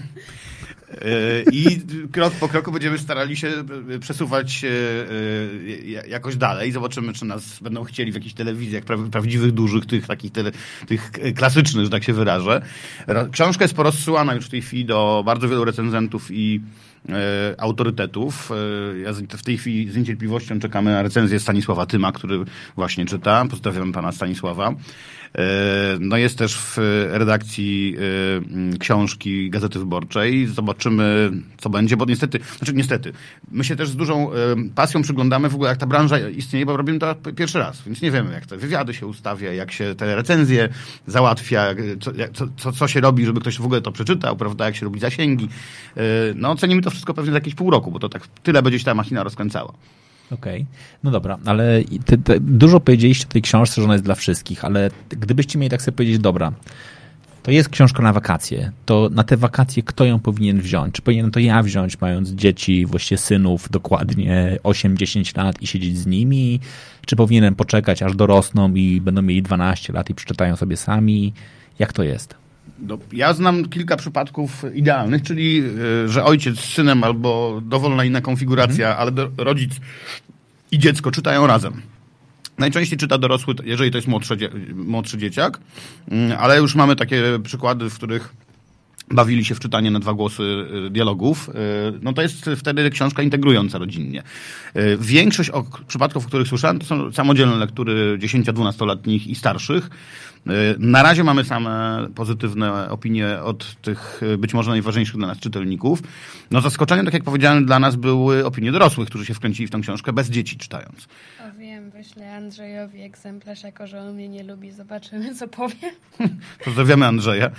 D: I krok po kroku będziemy starali się przesuwać jakoś dalej. Zobaczymy, czy nas będą chcieli w jakichś telewizjach prawdziwych, dużych, tych takich tele, tych klasycznych, że tak się wyrażę. Książka jest porozsyłana już w tej chwili do bardzo wielu recenzentów i autorytetów. Ja w tej chwili z niecierpliwością czekamy na recenzję Stanisława Tyma, który właśnie czyta. Pozdrawiam pana Stanisława. No jest też w redakcji książki Gazety Wyborczej. Zobaczymy, co będzie, bo niestety, znaczy niestety, my się też z dużą pasją przyglądamy w ogóle, jak ta branża istnieje, bo robimy to pierwszy raz, więc nie wiemy, jak te wywiady się ustawia, jak się te recenzje załatwia, co, co, co, co się robi, żeby ktoś w ogóle to przeczytał, prawda, jak się robi zasięgi. No ocenimy to wszystko pewnie za jakieś pół roku, bo to tak tyle będzie się ta machina rozkręcała.
B: Okej, okay. No dobra, ale te, te, dużo powiedzieliście o tej książce, że ona jest dla wszystkich, ale gdybyście mieli tak sobie powiedzieć, dobra, to jest książka na wakacje, to na te wakacje kto ją powinien wziąć? Czy powinien to ja wziąć, mając dzieci, właściwie synów, dokładnie osiem dziesięć lat i siedzieć z nimi? Czy powinienem poczekać, aż dorosną i będą mieli dwanaście lat i przeczytają sobie sami? Jak to jest?
D: No, ja znam kilka przypadków idealnych, czyli że ojciec z synem albo dowolna inna konfiguracja, mhm. ale do, rodzic i dziecko czytają razem. Najczęściej czyta dorosły, jeżeli to jest młodszy, młodszy dzieciak, ale już mamy takie przykłady, w których bawili się w czytanie na dwa głosy dialogów, no to jest wtedy książka integrująca rodzinnie. Większość o, przypadków, o których słyszałem, to są samodzielne lektury dziesięcio-dwunastoletnich i starszych. Na razie mamy same pozytywne opinie od tych być może najważniejszych dla nas czytelników. No zaskoczeniem, tak jak powiedziałem, dla nas były opinie dorosłych, którzy się wkręcili w tę książkę bez dzieci czytając.
C: O wiem, wyślę Andrzejowi egzemplarz, jako że on mnie nie lubi. Zobaczymy, co powie.
D: Pozdrawiamy Andrzeja.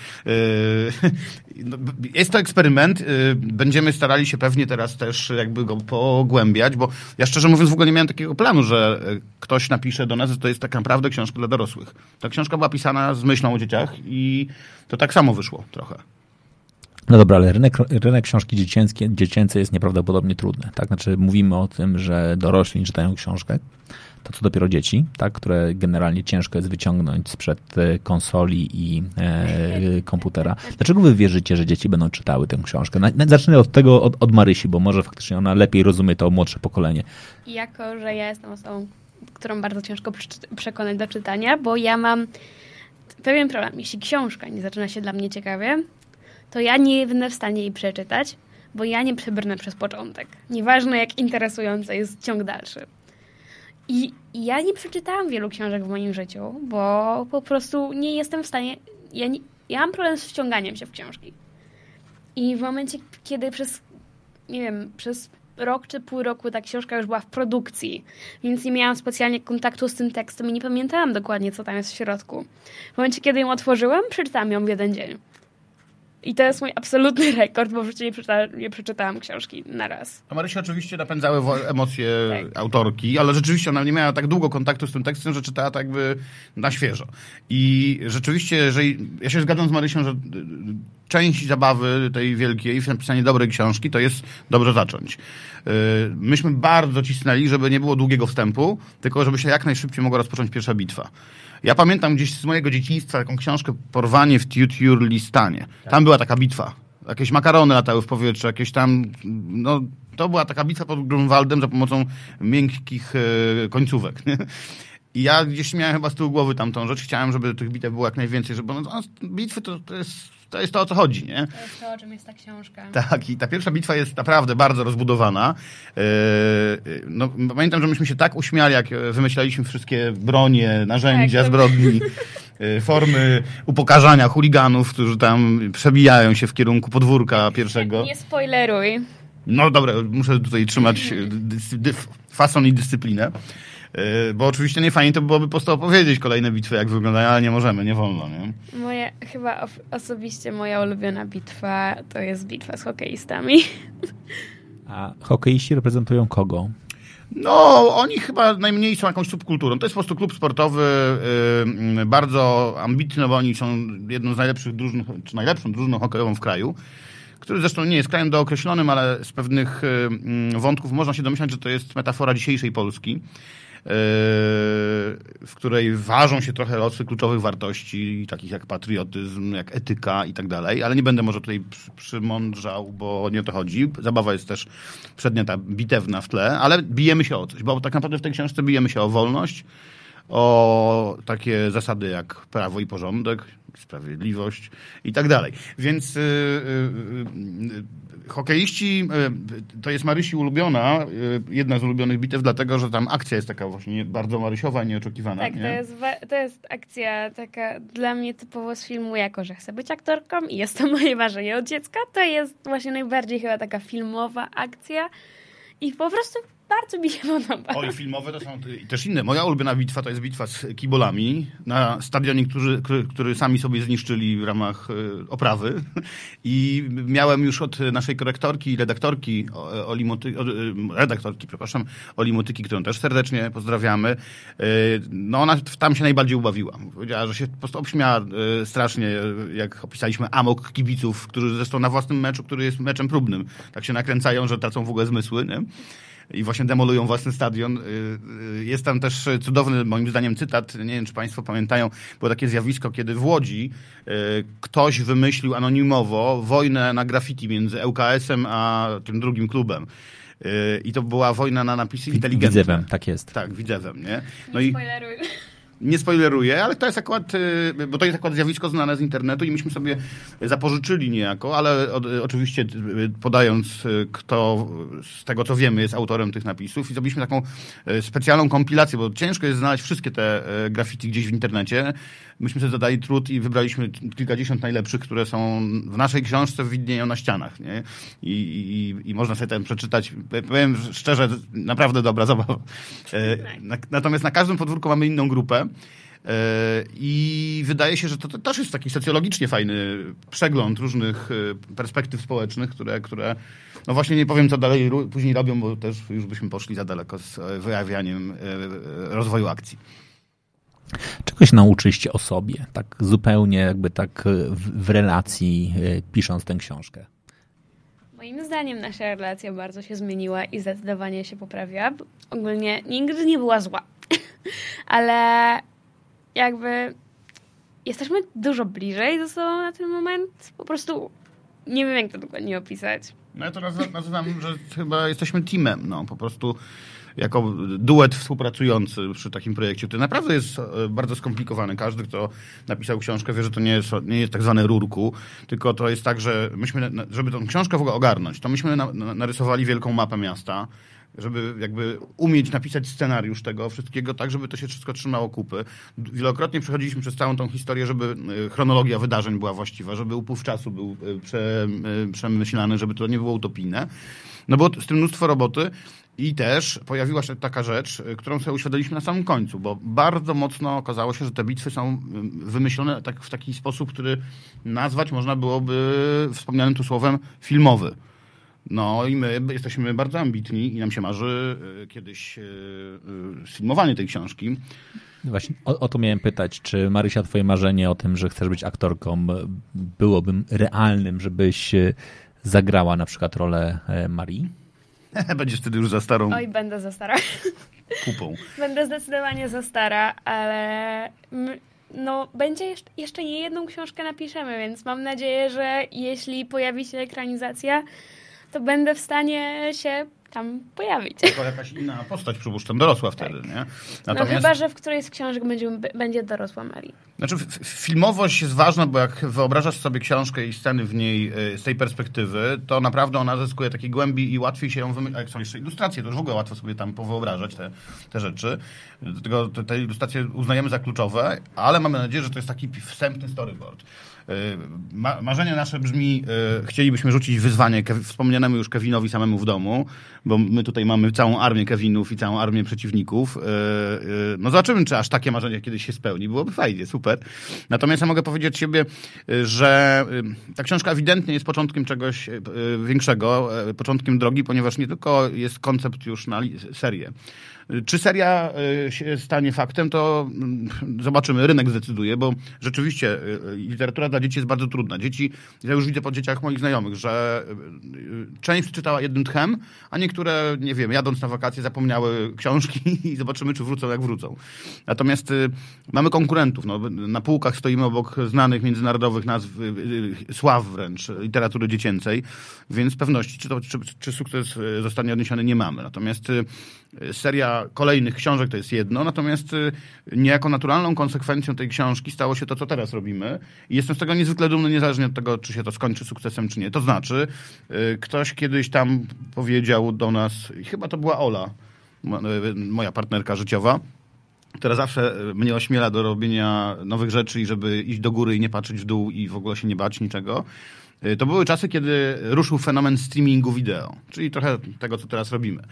D: Jest to eksperyment. Będziemy starali się pewnie teraz też jakby go pogłębiać, bo ja szczerze mówiąc w ogóle nie miałem takiego planu, że ktoś napisze do nas, że to jest tak naprawdę książka dla dorosłych. Ta książka była pisana z myślą o dzieciach i to tak samo wyszło trochę.
B: No dobra, ale rynek, rynek książki dziecięckie, dziecięcej jest nieprawdopodobnie trudny. Tak? Znaczy mówimy o tym, że dorośli czytają książkę, to co dopiero dzieci, tak? Które generalnie ciężko jest wyciągnąć sprzed konsoli i e, komputera. Dlaczego wy wierzycie, że dzieci będą czytały tę książkę? Na, na, zacznę od tego, od, od Marysi, bo może faktycznie ona lepiej rozumie to młodsze pokolenie.
C: Jako, że ja jestem osobą, którą bardzo ciężko przekonać do czytania, bo ja mam pewien problem. Jeśli książka nie zaczyna się dla mnie ciekawie, to ja nie będę w stanie jej przeczytać, bo ja nie przebrnę przez początek. Nieważne, jak interesujący jest ciąg dalszy. I ja nie przeczytałam wielu książek w moim życiu, bo po prostu nie jestem w stanie... Ja, nie, ja mam problem z wciąganiem się w książki. I w momencie, kiedy przez, nie wiem, przez rok czy pół roku ta książka już była w produkcji, więc nie miałam specjalnie kontaktu z tym tekstem i nie pamiętałam dokładnie, co tam jest w środku. W momencie, kiedy ją otworzyłam, przeczytałam ją w jeden dzień. I to jest mój absolutny rekord, bo w życiu nie, przeczyta, nie przeczytałam książki na raz.
D: A Marysia oczywiście napędzały emocje
C: tak.
D: autorki, ale rzeczywiście ona nie miała tak długo kontaktu z tym tekstem, że czytała tak jakby na świeżo. I rzeczywiście, jeżeli ja się zgadzam z Marysią, że część zabawy tej wielkiej w napisanie dobrej książki to jest dobrze zacząć. Myśmy bardzo cisnęli, żeby nie było długiego wstępu, tylko żeby się jak najszybciej mogła rozpocząć pierwsza bitwa. Ja pamiętam gdzieś z mojego dzieciństwa taką książkę Porwanie w Tjutjurlistanie. Tam była taka bitwa. Jakieś makarony latały w powietrze, jakieś tam... No, to była taka bitwa pod Grunwaldem za pomocą miękkich e, końcówek. Nie? I ja gdzieś miałem chyba z tyłu głowy tamtą rzecz. Chciałem, żeby tych bitew było jak najwięcej, żeby no, bitwy to, to jest... To jest to, o co chodzi, nie?
C: To jest to, o czym jest ta książka.
D: Tak, i ta pierwsza bitwa jest naprawdę bardzo rozbudowana. Yy, no, pamiętam, że myśmy się tak uśmiali, jak wymyślaliśmy wszystkie bronie, narzędzia
C: tak,
D: zbrodni, yy, formy upokarzania chuliganów, którzy tam przebijają się w kierunku podwórka pierwszego.
C: Nie spoileruj.
D: No dobra, muszę tutaj trzymać dys, dys, fason i dyscyplinę. Yy, bo oczywiście nie fajnie to byłoby po prostu opowiedzieć kolejne bitwy, jak wyglądają, ale nie możemy, nie wolno, nie?
C: Moja, chyba of, osobiście moja ulubiona bitwa to jest bitwa z hokeistami.
B: A hokeiści reprezentują kogo?
D: No, oni chyba najmniej są jakąś subkulturą. To jest po prostu klub sportowy, yy, bardzo ambitny, bo oni są jedną z najlepszych drużyn, czy najlepszą drużyną hokejową w kraju, który zresztą nie jest krajem dookreślonym, ale z pewnych yy, wątków można się domyślać, że to jest metafora dzisiejszej Polski, w której ważą się trochę losy kluczowych wartości, takich jak patriotyzm, jak etyka i tak dalej, ale nie będę może tutaj przymądrzał, bo nie o to chodzi. Zabawa jest też przedmiota bitewna w tle, ale bijemy się o coś, bo tak naprawdę w tej książce bijemy się o wolność, o takie zasady jak prawo i porządek, sprawiedliwość i tak dalej. Więc yy, yy, hokeiści, yy, to jest Marysi ulubiona, yy, jedna z ulubionych bitew, dlatego, że tam akcja jest taka właśnie bardzo marysiowa, nieoczekiwana.
C: Tak,
D: nie?
C: to, jest, to jest akcja taka dla mnie typowo z filmu, jako że chcę być aktorką i jest to moje marzenie od dziecka. To jest właśnie najbardziej chyba taka filmowa akcja i po prostu bardzo mi się podoba.
D: Oj, filmowe to są też inne. Moja ulubiona bitwa to jest bitwa z kibolami na stadionie, który, który, który sami sobie zniszczyli w ramach oprawy. I miałem już od naszej korektorki i redaktorki Oli Motyki, redaktorki, przepraszam, Oli Motyki, którą też serdecznie pozdrawiamy. No ona tam się najbardziej ubawiła. Powiedziała, że się po prostu obśmiała strasznie, jak opisaliśmy amok kibiców, którzy zresztą na własnym meczu, który jest meczem próbnym, tak się nakręcają, że tracą w ogóle zmysły, nie? I właśnie demolują własny stadion. Jest tam też cudowny, moim zdaniem, cytat. Nie wiem, czy państwo pamiętają, było takie zjawisko, kiedy w Łodzi ktoś wymyślił anonimowo wojnę na graffiti między L K S-em a tym drugim klubem. I to była wojna na napisy inteligentne.
B: Widzewem, tak jest.
D: Tak, Widzewem, nie?
C: No nie i spoileruj.
D: Nie spoileruję, ale to jest akurat, bo to jest akurat zjawisko znane z internetu i myśmy sobie zapożyczyli niejako, ale od, oczywiście podając, kto z tego co wiemy jest autorem tych napisów i zrobiliśmy taką specjalną kompilację, bo ciężko jest znaleźć wszystkie te graffiti gdzieś w internecie. Myśmy sobie zadali trud i wybraliśmy kilkadziesiąt najlepszych, które są w naszej książce, widnieją na ścianach, nie? I, i, i można sobie ten przeczytać. Powiem szczerze, naprawdę dobra zabawa. Natomiast na każdym podwórku mamy inną grupę. I wydaje się, że to, to też jest taki socjologicznie fajny przegląd różnych perspektyw społecznych, które, które no właśnie nie powiem, co dalej później robią, bo też już byśmy poszli za daleko z wyjawianiem rozwoju akcji.
B: Czegoś nauczyliście o sobie, tak zupełnie jakby tak w, w relacji, pisząc tę książkę?
C: Moim zdaniem nasza relacja bardzo się zmieniła i zdecydowanie się poprawiła. Ogólnie nigdy nie była zła, ale jakby jesteśmy dużo bliżej ze sobą na ten moment. Po prostu nie wiem, jak to dokładnie opisać.
D: No ja to nazywam, że chyba jesteśmy teamem, no po prostu jako duet współpracujący przy takim projekcie, który naprawdę jest bardzo skomplikowany. Każdy, kto napisał książkę, wie, że to nie jest, nie jest tak zwane rurku, tylko to jest tak, że myśmy, żeby tą książkę w ogóle ogarnąć, to myśmy na, na, narysowali wielką mapę miasta, żeby jakby umieć napisać scenariusz tego wszystkiego tak, żeby to się wszystko trzymało kupy. Wielokrotnie przechodziliśmy przez całą tą historię, żeby chronologia wydarzeń była właściwa, żeby upływ czasu był prze, przemyślany, żeby to nie było utopijne. No bo z tym mnóstwo roboty i też pojawiła się taka rzecz, którą sobie uświadomiliśmy na samym końcu, bo bardzo mocno okazało się, że te bitwy są wymyślone tak, w taki sposób, który nazwać można byłoby wspomnianym tu słowem filmowy. No i my jesteśmy bardzo ambitni i nam się marzy kiedyś sfilmowanie tej książki.
B: Właśnie o, o to miałem pytać, czy Marysia, twoje marzenie o tym, że chcesz być aktorką, byłoby realnym, żebyś zagrała na przykład rolę Marii?
D: Będziesz wtedy już za starą.
C: Oj, będę za stara.
D: Kupą.
C: Będę zdecydowanie za stara, ale no, będzie jeszcze nie jedną książkę napiszemy, więc mam nadzieję, że jeśli pojawi się ekranizacja, to będę w stanie się tam pojawić.
D: Tylko jakaś inna postać, przypuszczam, dorosła wtedy,
C: tak.
D: nie?
C: Natomiast...
D: Natomiast...
C: No chyba, że w którejś z książek będzie, będzie dorosła Marii.
D: Znaczy filmowość jest ważna, bo jak wyobrażasz sobie książkę i sceny w niej z tej perspektywy, to naprawdę ona zyskuje takiej głębi i łatwiej się ją wymyślić. A jak są jeszcze ilustracje, to już w ogóle łatwo sobie tam powyobrażać te, te rzeczy. Dlatego te, te ilustracje uznajemy za kluczowe, ale mamy nadzieję, że to jest taki wstępny storyboard. Ma, marzenie nasze brzmi, y, chcielibyśmy rzucić wyzwanie Kev- wspomnianemu już Kevinowi samemu w domu, bo my tutaj mamy całą armię Kevinów i całą armię przeciwników. Y, y, no zobaczymy, czy aż takie marzenie kiedyś się spełni. Byłoby fajnie, super. Natomiast ja mogę powiedzieć siebie, y, że y, ta książka ewidentnie jest początkiem czegoś y, większego, y, początkiem drogi, ponieważ nie tylko jest koncept już na li- serię. Czy seria się stanie faktem, to zobaczymy, rynek zdecyduje, bo rzeczywiście literatura dla dzieci jest bardzo trudna. Dzieci, ja już widzę po dzieciach moich znajomych, że część przeczytała jednym tchem, a niektóre, nie wiem, jadąc na wakacje zapomniały książki i zobaczymy, czy wrócą, jak wrócą. Natomiast mamy konkurentów. No, na półkach stoimy obok znanych międzynarodowych nazw, sław wręcz literatury dziecięcej, więc pewności, czy, to, czy, czy sukces zostanie odniesiony, nie mamy. Natomiast seria kolejnych książek to jest jedno, natomiast niejako naturalną konsekwencją tej książki stało się to, co teraz robimy i jestem z tego niezwykle dumny, niezależnie od tego, czy się to skończy sukcesem, czy nie. To znaczy, ktoś kiedyś tam powiedział do nas, chyba to była Ola, moja partnerka życiowa, która zawsze mnie ośmiela do robienia nowych rzeczy i żeby iść do góry i nie patrzeć w dół i w ogóle się nie bać niczego. To były czasy, kiedy ruszył fenomen streamingu wideo, czyli trochę tego, co teraz robimy.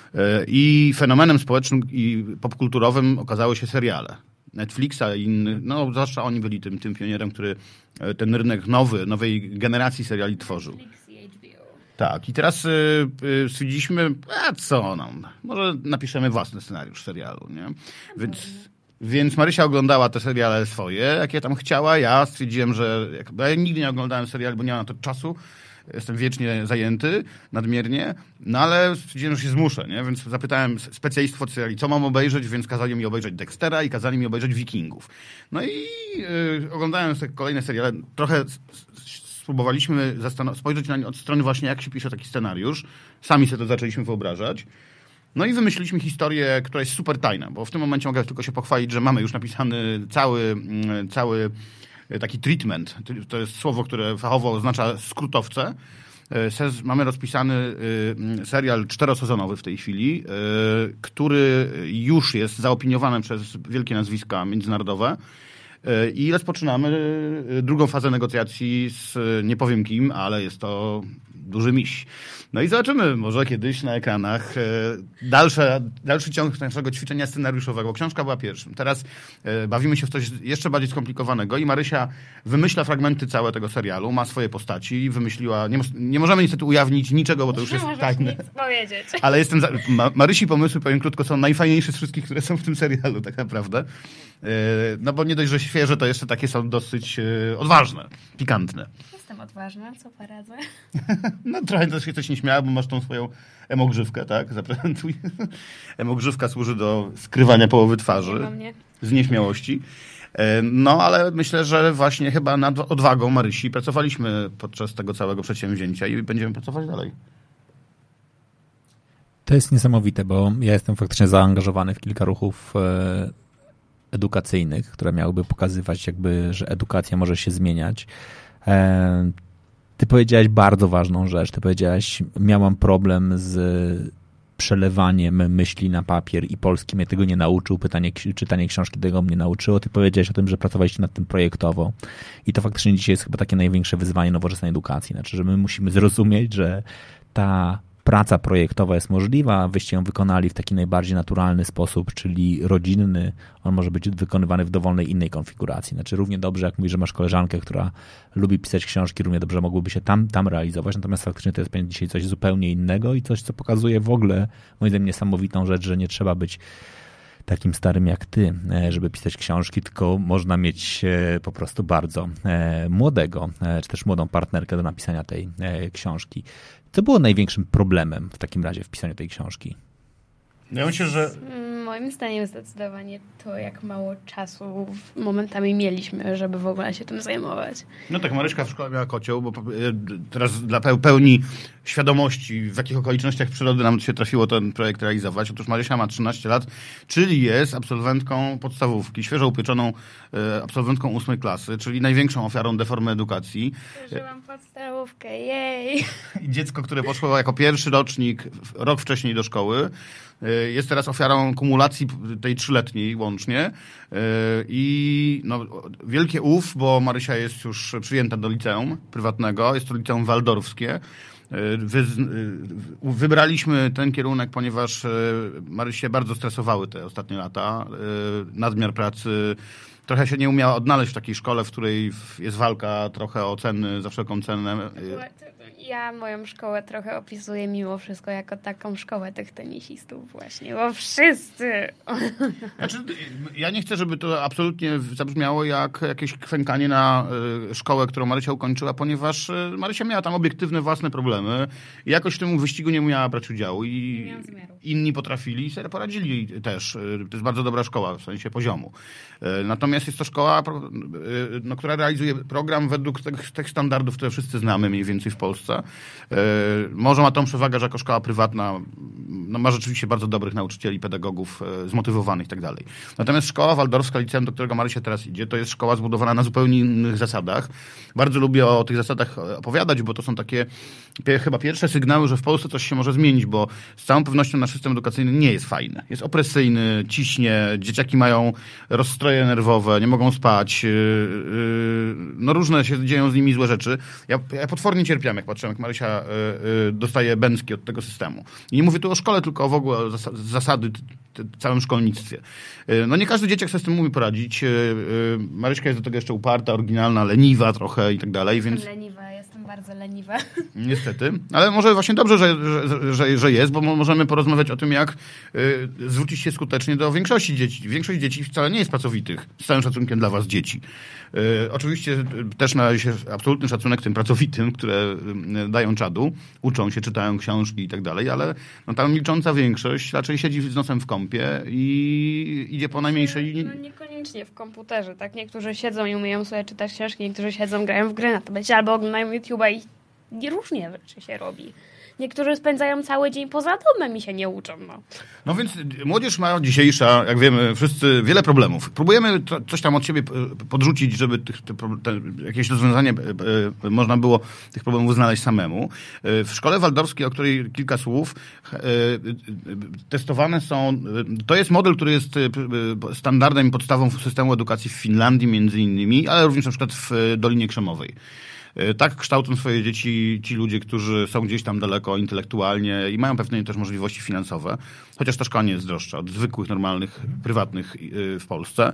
D: I fenomenem społecznym i popkulturowym okazały się seriale. Netflixa i innych, no zwłaszcza oni byli tym, tym pionierem, który ten rynek nowy, nowej generacji seriali tworzył.
C: Netflix i H B O.
D: Tak, i teraz y, y, stwierdziliśmy, a co nam, może napiszemy własny scenariusz serialu, nie? Więc... Więc Marysia oglądała te seriale swoje, jakie tam chciała. Ja stwierdziłem, że... Ja nigdy nie oglądałem seriali, bo nie mam na to czasu. Jestem wiecznie zajęty, nadmiernie. No ale stwierdziłem, że się zmuszę, nie? Więc zapytałem specjalistów od seriali, co mam obejrzeć, więc kazali mi obejrzeć Dextera i kazali mi obejrzeć Wikingów. No i yy, oglądałem te kolejne seriale. Trochę spróbowaliśmy zastan- spojrzeć na nie od strony właśnie, jak się pisze taki scenariusz. Sami sobie to zaczęliśmy wyobrażać. No i wymyśliliśmy historię, która jest super tajna, bo w tym momencie mogę tylko się pochwalić, że mamy już napisany cały, cały taki treatment. To jest słowo, które fachowo oznacza skrótowce. Mamy rozpisany serial czterosezonowy w tej chwili, który już jest zaopiniowany przez wielkie nazwiska międzynarodowe. I rozpoczynamy drugą fazę negocjacji z nie powiem kim, ale jest to duży miś. No i zobaczymy, może kiedyś na ekranach dalsze, dalszy ciąg naszego ćwiczenia scenariuszowego. Książka była pierwszym. Teraz bawimy się w coś jeszcze bardziej skomplikowanego i Marysia wymyśla fragmenty całego tego serialu, ma swoje postaci, wymyśliła... Nie, nie możemy niestety ujawnić niczego, bo to już jest tajne.
C: Nic powiedzieć.
D: Ale jestem za... Ma, Marysi pomysły, powiem krótko, są najfajniejsze z wszystkich, które są w tym serialu, tak naprawdę. No bo nie dość, że świeże, to jeszcze takie są dosyć odważne, pikantne.
C: Jestem odważna, co poradzę.
D: No trochę też się coś nie śmiała, bo masz tą swoją emogrzywkę, tak? Zaprezentuj. Emogrzywka służy do skrywania połowy twarzy.
C: Nie ma mnie.
D: Z nieśmiałości. No, ale myślę, że właśnie chyba nad odwagą Marysi pracowaliśmy podczas tego całego przedsięwzięcia i będziemy pracować dalej.
B: To jest niesamowite, bo ja jestem faktycznie zaangażowany w kilka ruchów edukacyjnych, które miałyby pokazywać jakby, że edukacja może się zmieniać. Ty powiedziałaś bardzo ważną rzecz. Ty powiedziałaś, miałam problem z przelewaniem myśli na papier i polski mnie tego nie nauczył. Pytanie, czytanie książki tego mnie nauczyło. Ty powiedziałaś o tym, że pracowaliście nad tym projektowo i to faktycznie dzisiaj jest chyba takie największe wyzwanie nowoczesnej edukacji. Znaczy, że my musimy zrozumieć, że ta praca projektowa jest możliwa, a wyście ją wykonali w taki najbardziej naturalny sposób, czyli rodzinny. On może być wykonywany w dowolnej innej konfiguracji. Znaczy równie dobrze, jak mówisz, że masz koleżankę, która lubi pisać książki, równie dobrze mogłoby się tam, tam realizować. Natomiast faktycznie to jest dzisiaj coś zupełnie innego i coś, co pokazuje w ogóle, moim zdaniem, niesamowitą rzecz, że nie trzeba być takim starym jak ty, żeby pisać książki, tylko można mieć po prostu bardzo młodego, czy też młodą partnerkę do napisania tej książki. Co było największym problemem w takim razie w pisaniu tej książki?
D: Ja myślę, że...
C: Moim zdaniem zdecydowanie to, jak mało czasu momentami mieliśmy, żeby w ogóle się tym zajmować.
D: No tak, Maryśka w szkole miała kocioł, bo teraz dla pełni świadomości, w jakich okolicznościach przyrody nam się trafiło ten projekt realizować. Otóż Marysia ma trzynaście lat, czyli jest absolwentką podstawówki, świeżo upieczoną absolwentką ósmej klasy, czyli największą ofiarą deformy edukacji.
C: Przeżyłam podstawówkę, jej!
D: I dziecko, które poszło jako pierwszy rocznik rok wcześniej do szkoły, jest teraz ofiarą kumulacji tej trzyletniej łącznie i no, wielkie ów, bo Marysia jest już przyjęta do liceum prywatnego, jest to liceum waldorfskie. Wy, wybraliśmy ten kierunek, ponieważ Marysię bardzo stresowały te ostatnie lata, nadmiar pracy. Trochę się nie umiała odnaleźć w takiej szkole, w której jest walka trochę o ceny za wszelką cenę.
C: Ja moją szkołę trochę opisuję mimo wszystko jako taką szkołę tych tenisistów właśnie, bo wszyscy...
D: Znaczy, ja nie chcę, żeby to absolutnie zabrzmiało jak jakieś kwękanie na szkołę, którą Marysia ukończyła, ponieważ Marysia miała tam obiektywne własne problemy i jakoś w tym wyścigu nie umiała brać udziału i inni potrafili i sobie poradzili też. To jest bardzo dobra szkoła w sensie poziomu. Natomiast jest to szkoła, no, która realizuje program według tych, tych standardów, które wszyscy znamy mniej więcej w Polsce. Może ma tą przewagę, że jako szkoła prywatna no, ma rzeczywiście bardzo dobrych nauczycieli, pedagogów, zmotywowanych i tak dalej. Natomiast szkoła waldorfska, liceum, do którego Marysia teraz idzie, to jest szkoła zbudowana na zupełnie innych zasadach. Bardzo lubię o tych zasadach opowiadać, bo to są takie chyba pierwsze sygnały, że w Polsce coś się może zmienić, bo z całą pewnością nasz system edukacyjny nie jest fajny. Jest opresyjny, ciśnie, dzieciaki mają rozstroje nerwowe, nie mogą spać, no różne się dzieją z nimi złe rzeczy. Ja, ja potwornie cierpiałem, jak patrzyłem, jak Marysia dostaje bęcki od tego systemu. I nie mówię tu o szkole, tylko w ogóle o zasady w całym szkolnictwie. No nie każdy dzieciak sobie z tym umie poradzić. Maryśka jest do tego jeszcze uparta, oryginalna, leniwa trochę i tak dalej, więc...
C: Leniwa, jestem bardzo leniwa.
D: Niestety. Ale może właśnie dobrze, że, że, że, że jest, bo możemy porozmawiać o tym, jak zwrócić się skutecznie do większości dzieci. Większość dzieci wcale nie jest pracowitych. Z całym szacunkiem dla was, dzieci. Oczywiście też należy się absolutny szacunek tym pracowitym, które dają czadu, uczą się, czytają książki i tak dalej, ale no, ta milcząca większość raczej siedzi z nosem w kąpie i idzie po najmniejszej...
C: No niekoniecznie w komputerze, tak? Niektórzy siedzą i umieją sobie czytać książki, niektórzy siedzą, grają w gry na tablecie albo oglądają YouTube'a i różnie rzeczy się robi. niektórzy spędzają cały dzień poza domem i się nie uczą. No,
D: no więc młodzież ma dzisiejsza, jak wiemy, wszyscy wiele problemów. Próbujemy to, coś tam od siebie podrzucić, żeby tych, te, te, jakieś rozwiązanie e, można było tych problemów znaleźć samemu. E, w szkole waldorskiej, o której kilka słów, e, testowane są, to jest model, który jest standardem i podstawą systemu edukacji w Finlandii między innymi, ale również na przykład w Dolinie Krzemowej. Tak kształcą swoje dzieci ci ludzie, którzy są gdzieś tam daleko intelektualnie i mają pewne też możliwości finansowe, chociaż ta szkoła nie jest droższa od zwykłych, normalnych, prywatnych w Polsce.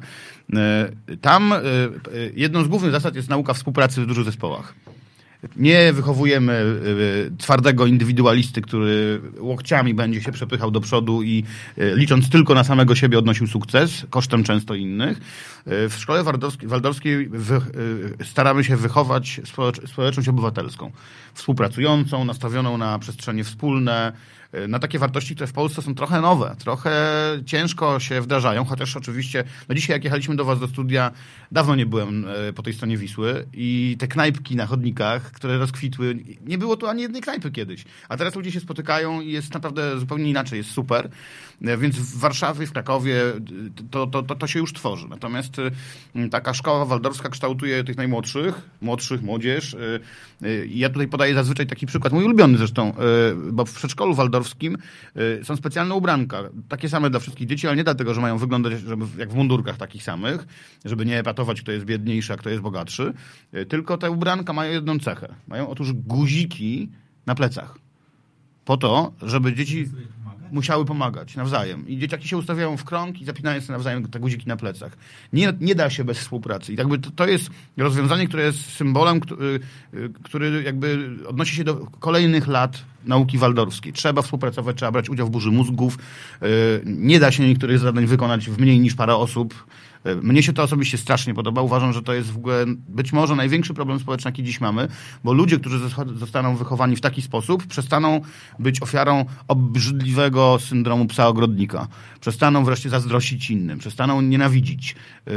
D: Tam jedną z głównych zasad jest nauka współpracy w dużych zespołach. Nie wychowujemy y, twardego indywidualisty, który łokciami będzie się przepychał do przodu i y, licząc tylko na samego siebie odnosił sukces, kosztem często innych. Y, w szkole waldorskiej, waldorskiej wy, y, staramy się wychować społecz, społeczność obywatelską, współpracującą, nastawioną na przestrzenie wspólne, y, na takie wartości, które w Polsce są trochę nowe, trochę ciężko się wdrażają, chociaż oczywiście, no dzisiaj jak jechaliśmy do was do studia, dawno nie byłem y, po tej stronie Wisły i te knajpki na chodnikach, które rozkwitły. Nie było tu ani jednej knajpy kiedyś. A teraz ludzie się spotykają i jest naprawdę zupełnie inaczej, jest super. Więc w Warszawie, w Krakowie to, to, to, to się już tworzy. Natomiast taka szkoła waldorska kształtuje tych najmłodszych, młodszych, młodzież. I ja tutaj podaję zazwyczaj taki przykład, mój ulubiony zresztą, bo w przedszkolu waldorskim są specjalne ubranka, takie same dla wszystkich dzieci, ale nie dlatego, że mają wyglądać żeby, jak w mundurkach takich samych, żeby nie epatować, kto jest biedniejszy, a kto jest bogatszy, tylko te ubranka mają jedną cechę. Mają otóż guziki na plecach. Po to, żeby dzieci musiały pomagać nawzajem. I dzieciaki się ustawiają w krąg i zapinają sobie nawzajem te guziki na plecach. Nie, nie da się bez współpracy. I jakby to, to jest rozwiązanie, które jest symbolem, który, który jakby odnosi się do kolejnych lat nauki waldorskiej. Trzeba współpracować, trzeba brać udział w burzy mózgów. Nie da się niektórych zadań wykonać w mniej niż parę osób. Mnie się to osobiście strasznie podoba. Uważam, że to jest w ogóle być może największy problem społeczny, jaki dziś mamy, bo ludzie, którzy zostaną wychowani w taki sposób, przestaną być ofiarą obrzydliwego syndromu psa ogrodnika. Przestaną wreszcie zazdrościć innym, przestaną nienawidzić.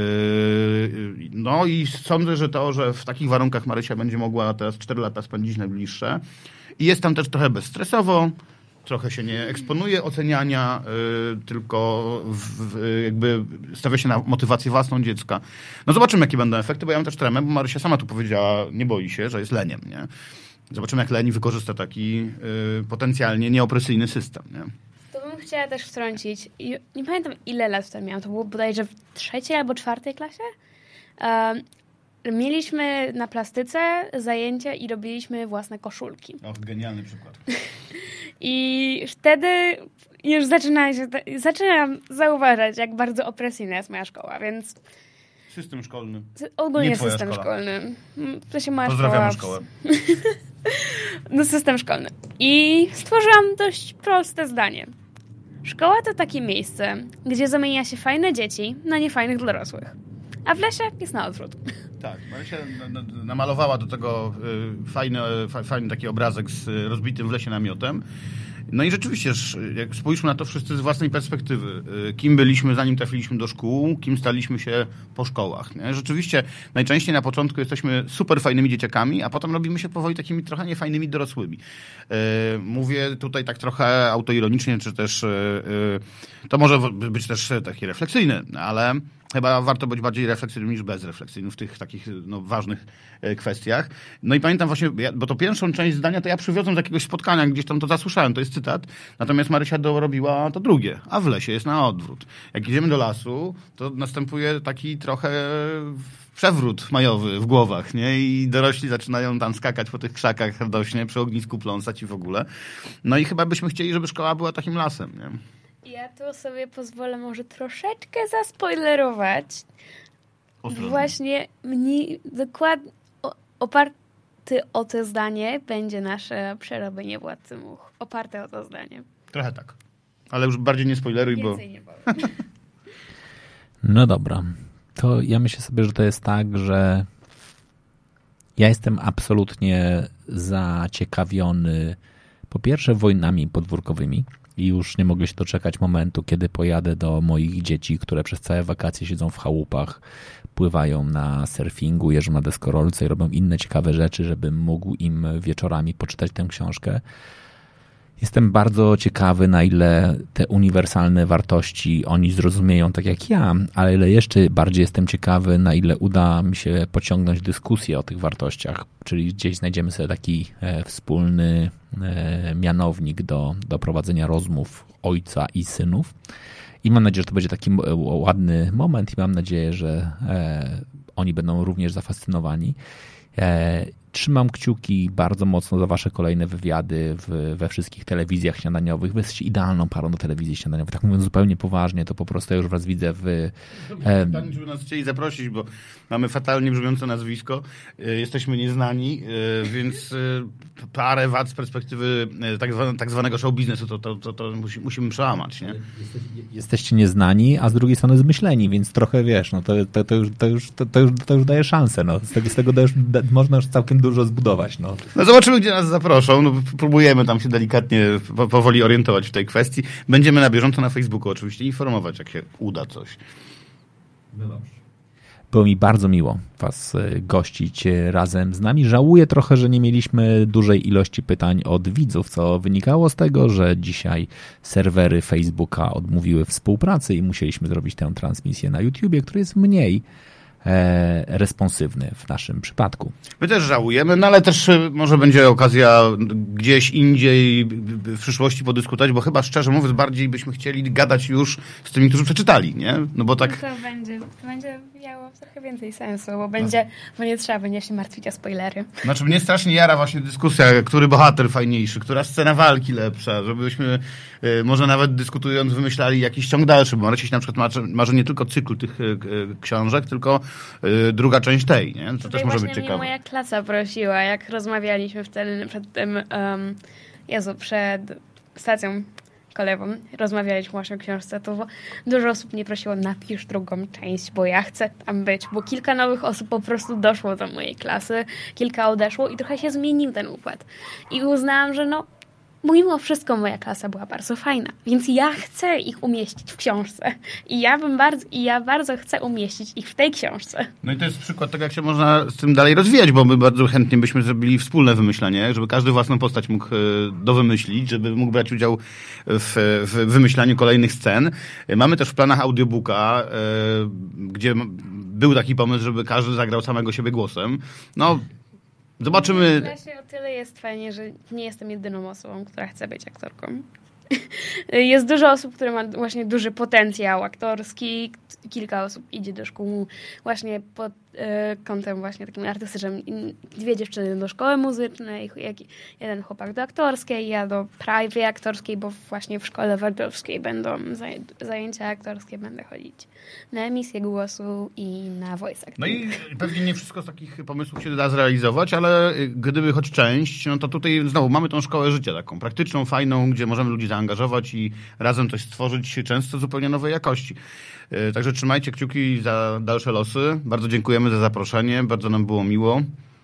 D: No i sądzę, że to, że w takich warunkach Marysia będzie mogła teraz cztery lata spędzić najbliższe i jest tam też trochę bezstresowo, trochę się nie eksponuje oceniania, yy, tylko w, w, jakby stawia się na motywację własną dziecka. No zobaczymy, jakie będą efekty, bo ja mam też tremę, bo Marysia sama tu powiedziała, nie boi się, że jest leniem, nie? Zobaczymy, jak leni wykorzysta taki yy, potencjalnie nieopresyjny system, nie?
C: To bym chciała też wtrącić. Nie pamiętam, ile lat wtedy miałam. To było bodajże w trzeciej albo czwartej klasie. Um, mieliśmy na plastyce zajęcia i robiliśmy własne koszulki.
D: O, genialny przykład.
C: I wtedy już zaczyna się, zaczynam zauważać, jak bardzo opresyjna jest moja szkoła, więc...
D: System szkolny.
C: Ogólnie system szkoła. szkolny. To się moja
D: Pozdrawiamy
C: szkoła...
D: szkołę.
C: No system szkolny. I stworzyłam dość proste zdanie. Szkoła to takie miejsce, gdzie zamienia się fajne dzieci na niefajnych dorosłych. A w lesie jest na odwrót.
D: Tak, Marysia namalowała do tego fajny, fajny taki obrazek z rozbitym w lesie namiotem. No i rzeczywiście, jak spójrzmy na to wszyscy z własnej perspektywy. Kim byliśmy, zanim trafiliśmy do szkół, kim staliśmy się po szkołach. Nie? Rzeczywiście najczęściej na początku jesteśmy super fajnymi dzieciakami, a potem robimy się powoli takimi trochę niefajnymi dorosłymi. Mówię tutaj tak trochę autoironicznie, czy też to może być też taki refleksyjny, ale chyba warto być bardziej refleksyjnym niż bezrefleksyjnym w tych takich no, ważnych kwestiach. No i pamiętam właśnie, bo to pierwszą część zdania to ja przywiozłem z jakiegoś spotkania, gdzieś tam to zasłyszałem, to jest cytat, natomiast Marysia dorobiła to drugie, a w lesie jest na odwrót. Jak idziemy do lasu, to następuje taki trochę przewrót majowy w głowach, nie? I dorośli zaczynają tam skakać po tych krzakach radośnie, przy ognisku pląsać i w ogóle. No i chyba byśmy chcieli, żeby szkoła była takim lasem, nie?
C: Ja tu sobie pozwolę może troszeczkę zaspoilerować. Ostrożnie. Właśnie mnie dokładnie oparty o to zdanie będzie nasze przerobienie Władcy Much. Oparte o to zdanie.
D: Trochę tak. Ale już bardziej nie spoileruj, bo...
C: Więcej nie powiem.
B: No dobra. To ja myślę sobie, że to jest tak, że ja jestem absolutnie zaciekawiony po pierwsze wojnami podwórkowymi i już nie mogę się doczekać momentu, kiedy pojadę do moich dzieci, które przez całe wakacje siedzą w chałupach, pływają na surfingu, jeżdżą na deskorolce i robią inne ciekawe rzeczy, żebym mógł im wieczorami poczytać tę książkę. Jestem bardzo ciekawy, na ile te uniwersalne wartości oni zrozumieją tak jak ja, ale ile jeszcze bardziej jestem ciekawy, na ile uda mi się pociągnąć dyskusję o tych wartościach, czyli gdzieś znajdziemy sobie taki e, wspólny e, mianownik do, do prowadzenia rozmów ojca i synów. I mam nadzieję, że to będzie taki ładny moment i mam nadzieję, że e, oni będą również zafascynowani. E, Trzymam kciuki bardzo mocno za wasze kolejne wywiady w, we wszystkich telewizjach śniadaniowych. Wy jesteście idealną parą do telewizji śniadaniowej. Tak mówiąc zupełnie poważnie, to po prostu ja już was widzę w...
D: E... Pytanie, żeby nas chcieli zaprosić, bo mamy fatalnie brzmiące nazwisko, jesteśmy nieznani, więc parę wad z perspektywy tak, zwane, tak zwanego show biznesu to, to, to, to musi, musimy przełamać. Nie?
B: Jesteście nieznani, a z drugiej strony zmyśleni, więc trochę wiesz, no to, to, to, już, to, już, to, to, już, to już daje szansę. No. Z tego, z tego już, da, można już całkiem dużo zbudować. No.
D: no zobaczymy, gdzie nas zaproszą. No, próbujemy tam się delikatnie, powoli orientować w tej kwestii. Będziemy na bieżąco na Facebooku oczywiście informować, jak się uda coś.
B: No dobrze. Było mi bardzo miło was gościć razem z nami. Żałuję trochę, że nie mieliśmy dużej ilości pytań od widzów, co wynikało z tego, że dzisiaj serwery Facebooka odmówiły współpracy i musieliśmy zrobić tę transmisję na YouTubie, który jest mniej responsywny w naszym przypadku.
D: My też żałujemy, no ale też może będzie okazja gdzieś indziej w przyszłości podyskutować, bo chyba szczerze mówiąc bardziej byśmy chcieli gadać już z tymi, którzy przeczytali, nie? No bo tak...
C: No to będzie, to będzie miało trochę więcej sensu, bo będzie, bo nie trzeba będzie się martwić o spoilery.
D: Znaczy mnie strasznie jara właśnie dyskusja, który bohater fajniejszy, która scena walki lepsza, żebyśmy y, może nawet dyskutując wymyślali jakiś ciąg dalszy, bo Maryś na przykład marzy, marzy nie tylko cykl tych y, y, książek, tylko y, druga część tej, nie? To
C: Tutaj
D: też może być
C: właśnie
D: ciekawe.
C: mnie moja klasa prosiła, jak rozmawialiśmy wtedy przed tym, um, Jezu, przed stacją kolejową, rozmawialiśmy właśnie o książce, to dużo osób mnie prosiło, napisz drugą część, bo ja chcę tam być, bo kilka nowych osób po prostu doszło do mojej klasy, kilka odeszło i trochę się zmienił ten układ. I uznałam, że no, mimo wszystko moja klasa była bardzo fajna, więc ja chcę ich umieścić w książce. I ja bym bardzo, i ja bardzo chcę umieścić ich w tej książce.
D: No i to jest przykład tego, jak się można z tym dalej rozwijać, bo my bardzo chętnie byśmy zrobili wspólne wymyślenie, żeby każdy własną postać mógł dowymyślić, żeby mógł brać udział w, w wymyślaniu kolejnych scen. Mamy też w planach audiobooka, gdzie był taki pomysł, żeby każdy zagrał samego siebie głosem. No, zobaczymy.
C: Właśnie o tyle jest fajnie, że nie jestem jedyną osobą, która chce być aktorką. Jest dużo osób, które ma właśnie duży potencjał aktorski. Kilka osób idzie do szkół właśnie pod e, kątem właśnie takim artystycznym. Dwie dziewczyny do szkoły muzycznej, jak jeden chłopak do aktorskiej, ja do prawie aktorskiej, bo właśnie w szkole waldorfskiej będą zaj- zajęcia aktorskie, będę chodzić na emisję głosu i na voice acting.
D: No i pewnie nie wszystko z takich pomysłów się da zrealizować, ale gdyby choć część, no to tutaj znowu mamy tą szkołę życia taką praktyczną, fajną, gdzie możemy ludzi zaangażować i razem coś stworzyć często zupełnie nowej jakości. Także trzymajcie kciuki za dalsze losy. Bardzo dziękujemy za zaproszenie, bardzo nam było miło.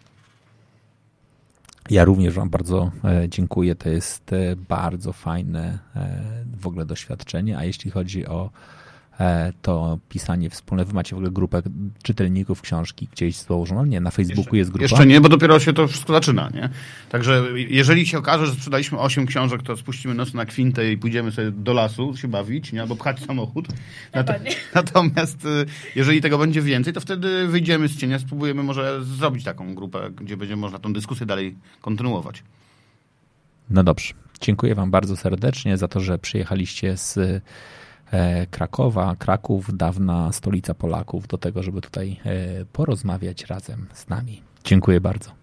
B: Ja również wam bardzo dziękuję. To jest bardzo fajne w ogóle doświadczenie, a jeśli chodzi o to pisanie wspólne, wy macie w ogóle grupę czytelników książki gdzieś złożoną? Nie, na Facebooku
D: jeszcze,
B: jest grupa?
D: Jeszcze nie, bo dopiero się to wszystko zaczyna, nie? Także jeżeli się okaże, że sprzedaliśmy osiem książek, to spuścimy nos na kwintę i pójdziemy sobie do lasu się bawić, nie? Albo pchać samochód. Natomiast jeżeli tego będzie więcej, to wtedy wyjdziemy z cienia, spróbujemy może zrobić taką grupę, gdzie będzie można tą dyskusję dalej kontynuować.
B: No dobrze. Dziękuję wam bardzo serdecznie za to, że przyjechaliście z Krakowa, Kraków, dawna stolica Polaków, do tego, żeby tutaj porozmawiać razem z nami. Dziękuję bardzo.